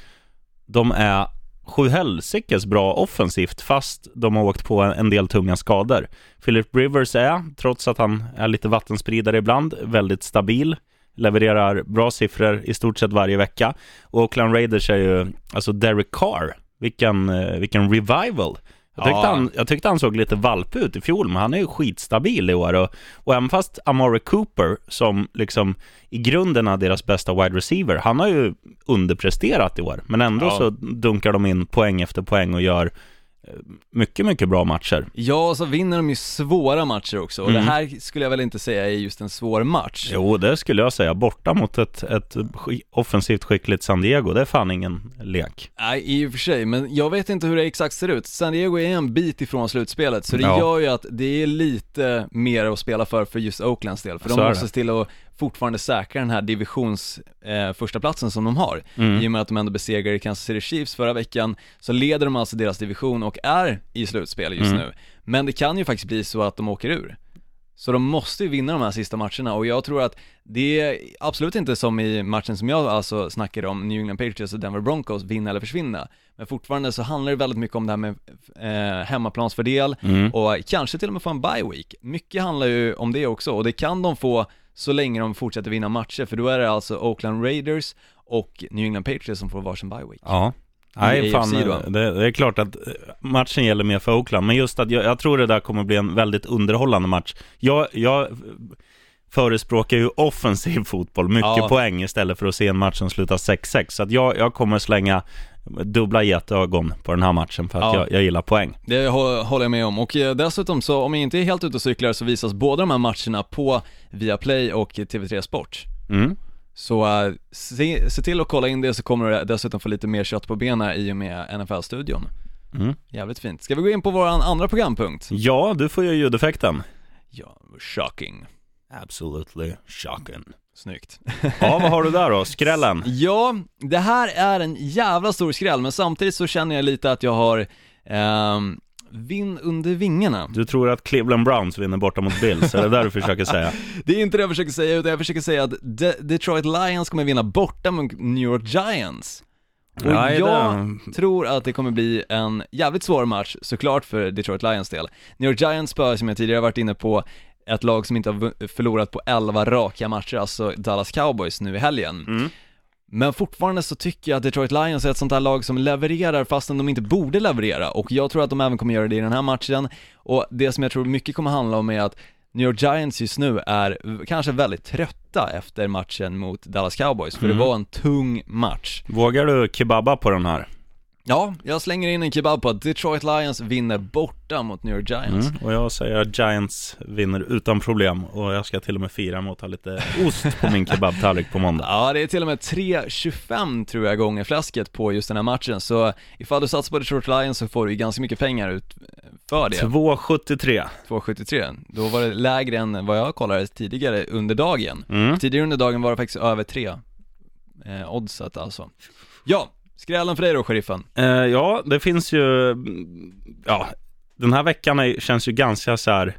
de är sjuhelsikes bra offensivt, fast de har åkt på en del tunga skador. Philip Rivers är, trots att han är lite vattenspridare ibland, väldigt stabil. Levererar bra siffror i stort sett varje vecka. Och Oakland Raiders är ju, alltså Derek Carr. Vilken, vilken revival. Jag tyckte, ja. han, jag tyckte han såg lite valp ut i fjol, men han är ju skitstabil i år. Och, och även fast Amari Cooper, som liksom i grunden är deras bästa wide receiver, han har ju underpresterat i år. Men ändå ja. så dunkar de in poäng efter poäng och gör mycket, mycket bra matcher. Ja, så vinner de ju svåra matcher också. Och mm. det här skulle jag väl inte säga är just en svår match. Jo, det skulle jag säga. Borta mot ett, ett offensivt skickligt San Diego, det är fan ingen lek. Nej, i och för sig. Men jag vet inte hur det exakt ser ut. San Diego är en bit ifrån slutspelet. Så det ja. gör ju att det är lite mer att spela för för just Oaklands del. För så de måste se till att fortfarande säkra den här divisions eh, första platsen som de har. Mm. I och med att de ändå besegrade Kansas City Chiefs förra veckan, så leder de alltså deras division och är i slutspel just mm. nu. Men det kan ju faktiskt bli så att de åker ur. Så de måste ju vinna de här sista matcherna. Och jag tror att det är absolut inte som i matchen som jag alltså snackade om, New England Patriots och Denver Broncos, vinna eller försvinna. Men fortfarande så handlar det väldigt mycket om det här med eh, hemmaplansfördel mm. och kanske till och med få en bye week. Mycket handlar ju om det också, och det kan de få så länge de fortsätter vinna matcher. För då är det alltså Oakland Raiders och New England Patriots som får varsin bye week. Ja. Nej, fan, det, det är klart att matchen gäller mer för Oakland, men just att jag, jag tror det där kommer bli en väldigt underhållande match. Jag, jag förespråkar ju offensiv fotboll, mycket ja. poäng istället för att se en match som slutar sex sex. Så att jag, jag kommer slänga dubbla getögon på den här matchen för att ja. jag, jag gillar poäng. Det håller jag med om. Och dessutom så, om jag inte är helt ute och cyklar, så visas båda de här matcherna på Viaplay och T V tre Sport. Mm. Så uh, se, se till att kolla in det, så kommer du dessutom få lite mer kött på benen i och med N F L-studion. Mm. Jävligt fint. Ska vi gå in på vår andra programpunkt? Ja, du får ju ljudeffekten. Ja, shocking. Absolutely shocking. Snyggt. Ja, vad har du där då? Skrällen? Ja, det här är en jävla stor skräll, men samtidigt så känner jag lite att jag har um, vinn under vingarna. Du tror att Cleveland Browns vinner borta mot Bills? Är det där du försöker säga? Det är inte det jag försöker säga, utan jag försöker säga att De- Detroit Lions kommer vinna borta mot New York Giants. Och Nej, jag det... tror att det kommer bli en jävligt svår match, såklart för Detroit Lions del. New York Giants spör, som jag tidigare varit inne på, ett lag som inte har förlorat på elva raka matcher, alltså Dallas Cowboys nu i helgen. Mm. Men fortfarande så tycker jag att Detroit Lions är ett sånt här lag som levererar fastän de inte borde leverera. Och jag tror att de även kommer göra det i den här matchen. Och det som jag tror mycket kommer handla om är att New York Giants just nu är kanske väldigt trötta efter matchen mot Dallas Cowboys. För mm. det var en tung match. Vågar du kebabba på den här? Ja, jag slänger in en kebab på att Detroit Lions vinner borta mot New York Giants. Mm, och jag säger att Giants vinner utan problem. Och jag ska till och med fira mot att ha lite ost på min kebabtallrik på måndag. Ja, det är till och med tre tjugofem tror jag gånger fläsket på just den här matchen. Så ifall du satsar på Detroit Lions så får du ganska mycket pengar ut för det. två sjuttiotre. två sjuttiotre. Då var det lägre än vad jag kollade tidigare under dagen. Mm. Tidigare under dagen var det faktiskt över tre eh, oddset alltså. Ja. Skrällen för dig då, sheriffen? Uh, ja, det finns ju... Ja, den här veckan är, känns ju ganska så här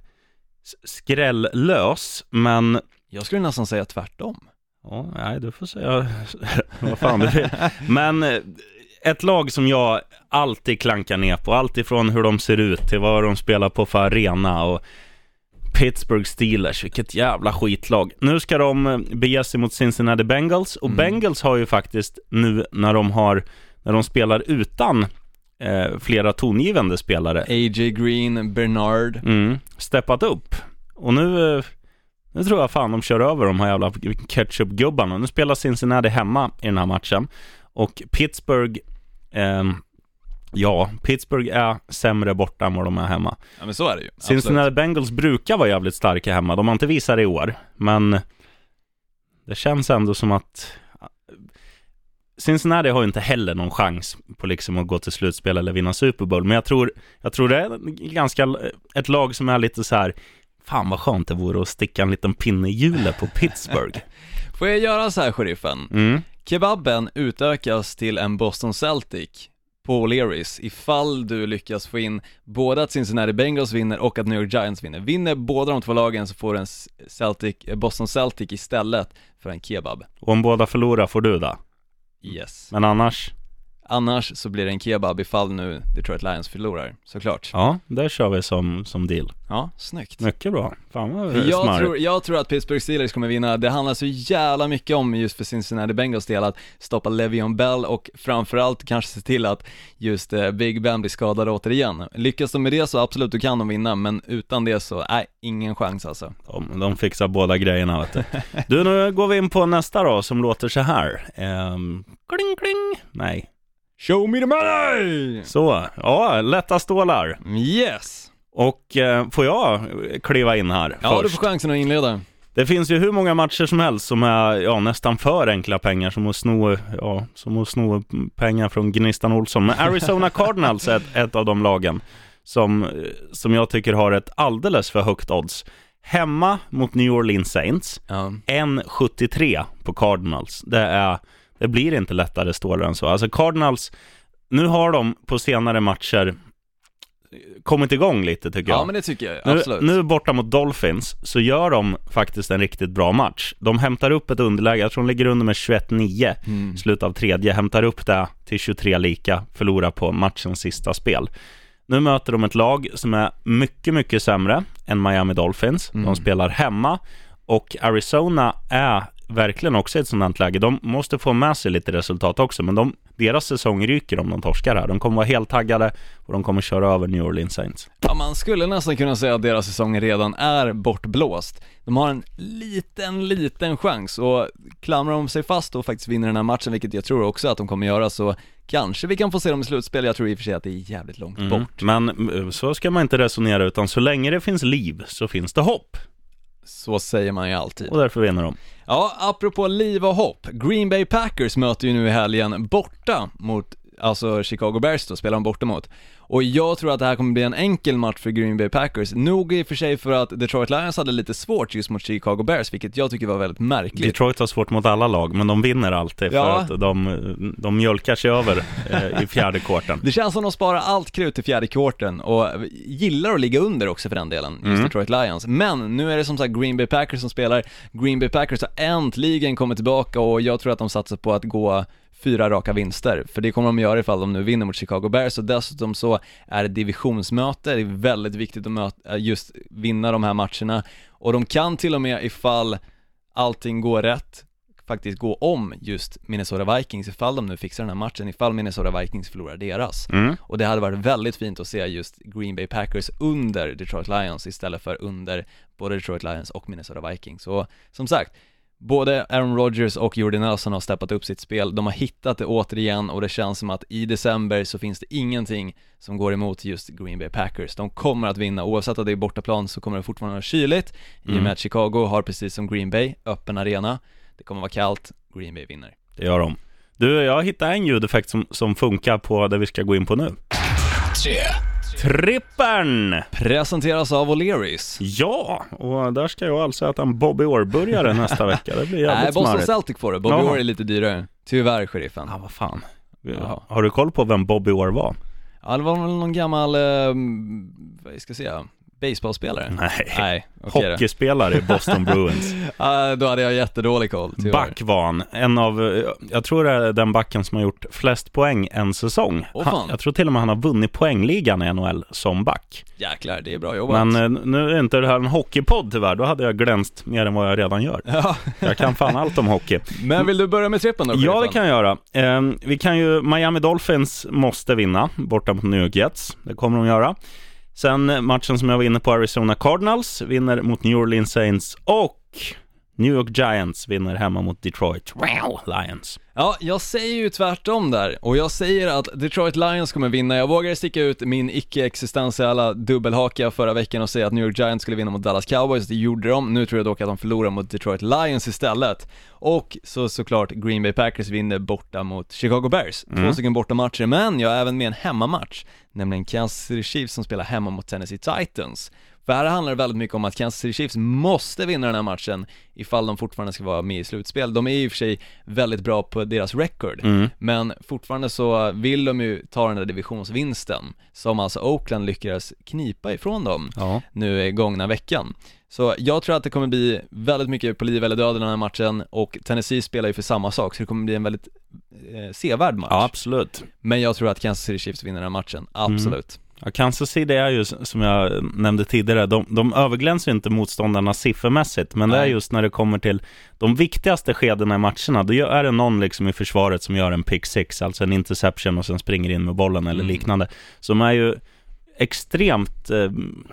skrälllös, men... Jag skulle nästan säga tvärtom. Ja, nej, du får säga vad fan du vill. Men ett lag som jag alltid klankar ner på, allt ifrån hur de ser ut till vad de spelar på för arena, och Pittsburgh Steelers, vilket jävla skitlag. Nu ska de bege sig mot Cincinnati Bengals. Och mm. Bengals har ju faktiskt nu när de har när de spelar utan eh, flera tongivande spelare. A J Green, Bernard. Mm, steppat upp. Och nu, eh, nu tror jag fan de kör över de här jävla ketchup-gubbarna. Nu spelar Cincinnati hemma i den här matchen. Och Pittsburgh, eh, ja, Pittsburgh är sämre borta än vad de är hemma. Ja, men så är det ju. Cincinnati Absolut. Bengals brukar vara jävligt starka hemma. De har inte visat det i år. Men det känns ändå som att Cincinnati har ju inte heller någon chans på liksom att gå till slutspel eller vinna Super Bowl. Men jag tror, jag tror det är ganska ett lag som är lite så här, fan vad skönt det vore att sticka en liten pinne i hjulet på Pittsburgh. Får jag göra så här, sheriffen? Mm. Kebaben utökas till en Boston Celtic på O'Learys ifall du lyckas få in både att Cincinnati Bengals vinner och att New York Giants vinner. Vinner båda de två lagen så får du en Celtic, Boston Celtic istället för en kebab. Och om båda förlorar får du det. Yes. Men annars? Annars så blir det en kebab ifall nu Detroit Lions förlorar, såklart. Ja, där kör vi som, som deal. Ja, snyggt. Mycket bra. Fan vad Jag smart. tror, jag tror att Pittsburgh Steelers kommer vinna. Det handlar så jävla mycket om just för Cincinnati Bengals del att stoppa Le'Veon Bell och framförallt kanske se till att just eh, Big Ben blir skadad återigen. Lyckas de med det så absolut, du kan de vinna, men utan det så, nej, ingen chans alltså. De, de fixar båda grejerna, vet du. Du, nu går vi in på nästa då som låter så här. Ehm, kling, kling. Nej. Show me the money! Så, ja, lätta stålar. Yes! Och eh, får jag kliva in här Ja, först? du får chansen att inleda. Det finns ju hur många matcher som helst som är ja, nästan för enkla pengar, som att sno, ja, som att sno pengar från Gnistan Olsson. Men Arizona Cardinals är ett, ett av de lagen som, som jag tycker har ett alldeles för högt odds. Hemma mot New Orleans Saints, Ja. en sjuttiotre på Cardinals. Det är Det blir inte lättare stålar än så. Alltså Cardinals, nu har de på senare matcher kommit igång lite tycker jag. Ja, men det tycker jag, Nu, absolut. nu borta mot Dolphins så gör de faktiskt en riktigt bra match. De hämtar upp ett underläge, jag tror de ligger under med tjugoett nio Mm. slut av tredje, hämtar upp det till tjugotre lika, förlorar på matchens sista spel. Nu möter de ett lag som är mycket, mycket sämre än Miami Dolphins. Mm. De spelar hemma och Arizona är verkligen också ett sådant läge. De måste få med sig lite resultat också, men de, deras säsong ryker om de torskar här. De kommer vara helt taggade och de kommer köra över New Orleans Saints. Ja, man skulle nästan kunna säga att deras säsong redan är bortblåst. De har en liten, liten chans och klamrar de sig fast och faktiskt vinner den här matchen, vilket jag tror också att de kommer göra, så kanske vi kan få se dem i slutspel. Jag tror i och för sig att det är jävligt långt Mm. bort. Men så ska man inte resonera, utan så länge det finns liv så finns det hopp. Så säger man ju alltid. Och därför vinner de. Ja, apropå liv och hopp. Green Bay Packers möter ju nu i helgen borta mot, alltså Chicago Bears då, spelar de borta mot. Och jag tror att det här kommer bli en enkel match för Green Bay Packers. Nog i och för sig för att Detroit Lions hade lite svårt just mot Chicago Bears, vilket jag tycker var väldigt märkligt. Detroit har svårt mot alla lag, men de vinner alltid Ja. för att de, de mjölkar sig över eh, i fjärde kvarten. Det känns som de sparar allt krut till fjärde kvarten och gillar att ligga under också för den delen, just Mm. Detroit Lions. Men nu är det som sagt Green Bay Packers som spelar. Green Bay Packers har äntligen kommit tillbaka och jag tror att de satsar på att gå fyra raka vinster, för det kommer de göra ifall de nu vinner mot Chicago Bears. Och dessutom så är det divisionsmöte, det är väldigt viktigt att möta, just vinna de här matcherna. Och de kan till och med, ifall allting går rätt, faktiskt gå om just Minnesota Vikings ifall de nu fixar den här matchen, ifall Minnesota Vikings förlorar deras. Mm. Och det hade varit väldigt fint att se just Green Bay Packers under Detroit Lions istället för under både Detroit Lions och Minnesota Vikings. Så som sagt, både Aaron Rodgers och Jordy Nelson har steppat upp sitt spel. De har hittat det återigen och det känns som att i december så finns det ingenting som går emot just Green Bay Packers. De kommer att vinna, oavsett att det är bortaplan så kommer det fortfarande vara kyligt. I och med att Chicago har precis som Green Bay öppen arena. Det kommer vara kallt, Green Bay vinner. Det gör de. Du, jag hittade en ljudeffekt som, som funkar på det vi ska gå in på nu. Tre. Trippern! Presenteras av O'Learys. Ja, och där ska jag alltså äta en Bobby Orr-burgare nästa vecka. Det blir jävligt Nej, Boston smarrigt. Celtic får det. Bobby Jaha. Orr är lite dyrare. Tyvärr, sheriffen. Ja, vad fan. Jaha. Har du koll på vem Bobby Orr var? Ja, det var väl någon gammal, eh, vad ska jag säga, baseballspelare? Nej, Nej okay hockeyspelare i Boston Bruins. uh, Då hade jag jättedålig koll. Back var han, en av, jag tror det är den backen som har gjort flest poäng en säsong. Oh, han, jag tror till och med han har vunnit poängligan i N H L som back. Jäklar, det är bra jobbat. Men nu är inte det här en hockeypodd tyvärr, då hade jag glänst mer än vad jag redan gör. Ja. Jag kan fan allt om hockey. Men vill du börja med trippen då? Ja, det kan jag göra. Eh, vi kan ju, Miami Dolphins måste vinna borta mot New York Jets. Det kommer de göra. Sen matchen som jag var inne på, Arizona Cardinals vinner mot New Orleans Saints och New York Giants vinner hemma mot Detroit Lions. Ja, jag säger ju tvärtom där. Och jag säger att Detroit Lions kommer vinna. Jag vågar sticka ut min icke-existentiella dubbelhaka förra veckan och säga att New York Giants skulle vinna mot Dallas Cowboys. Det gjorde de. Nu tror jag dock att de förlorar mot Detroit Lions istället. Och så såklart Green Bay Packers vinner borta mot Chicago Bears. Två mm. stycken borta matcher, men jag har även med en hemmamatch. Nämligen Kansas City Chiefs som spelar hemma mot Tennessee Titans. För här handlar det väldigt mycket om att Kansas City Chiefs måste vinna den här matchen ifall de fortfarande ska vara med i slutspel. De är i och för sig väldigt bra på deras record, mm. men fortfarande så vill de ju ta den där divisionsvinsten som alltså Oakland lyckades knipa ifrån dem ja. nu i gångna veckan. Så jag tror att det kommer bli väldigt mycket på liv eller död i den här matchen, och Tennessee spelar ju för samma sak, så det kommer bli en väldigt eh, sevärd match. Ja, absolut. Men jag tror att Kansas City Chiefs vinner den här matchen, absolut. Mm. Ja, Kansas City är ju, som jag nämnde tidigare, de, de överglänser inte motståndarna siffermässigt, men Nej. det är just när det kommer till de viktigaste skedena i matcherna, då är det någon liksom i försvaret som gör en pick six, alltså en interception och sen springer in med bollen eller mm. liknande, som är ju extremt eh,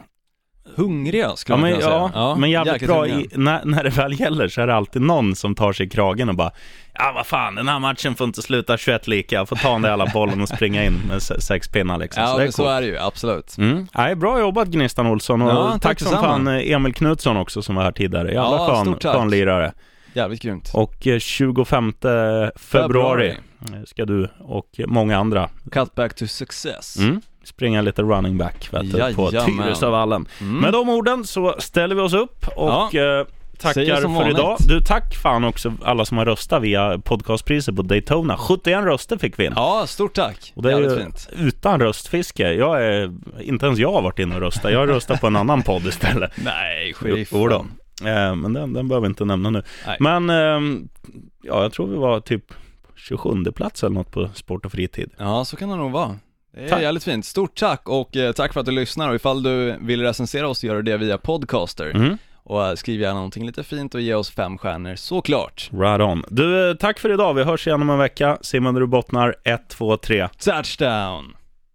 hungriga skulle ja, men, man kunna ja, säga. Ja, men jävligt bra i, när, när det väl gäller så är det alltid någon som tar sig i kragen och bara, ja vad fan, den här matchen får inte sluta tjugoett lika, jag får ta den där alla bollen och springa in med sex pinnar liksom. Ja, så, det är men så är det ju, absolut. Mm. Ja, bra jobbat Gnistan Olsson, och ja, tack, tack som fan Emil Knutsson också som var här tidigare. Jävla ja, skön, skön lirare. Jävligt grymt. Och tjugofemte februari ska du och många andra cut back to success. Mm. Springa lite running back vet du, ja, på Tyresövallen. Mm. Med de orden så ställer vi oss upp och ja. eh, tackar för vanligt. Idag. Du, tack fan också alla som har röstat via podcastpriset på Daytona. sjuttioen röster fick vi in. Ja, stort tack. Och det är ju fint. Utan röstfiske. Jag är, inte ens jag har varit inne och röstat. Jag har röstat på en annan podd istället. Nej, skit. Eh, men den, den behöver vi inte nämna nu. Nej. Men eh, ja, jag tror vi var typ tjugosjunde plats eller något på Sport och fritid. Ja, så kan det nog vara. Det är tack. Jävligt fint. Stort tack, och eh, tack för att du lyssnar. Och ifall du vill recensera oss, gör du det via Podcaster. Mm. Och eh, skriv gärna någonting lite fint och ge oss fem stjärnor, såklart. Right on. Du, eh, tack för idag. Vi hörs igen om en vecka. Simon, du bottnar ett, två, tre. Touchdown!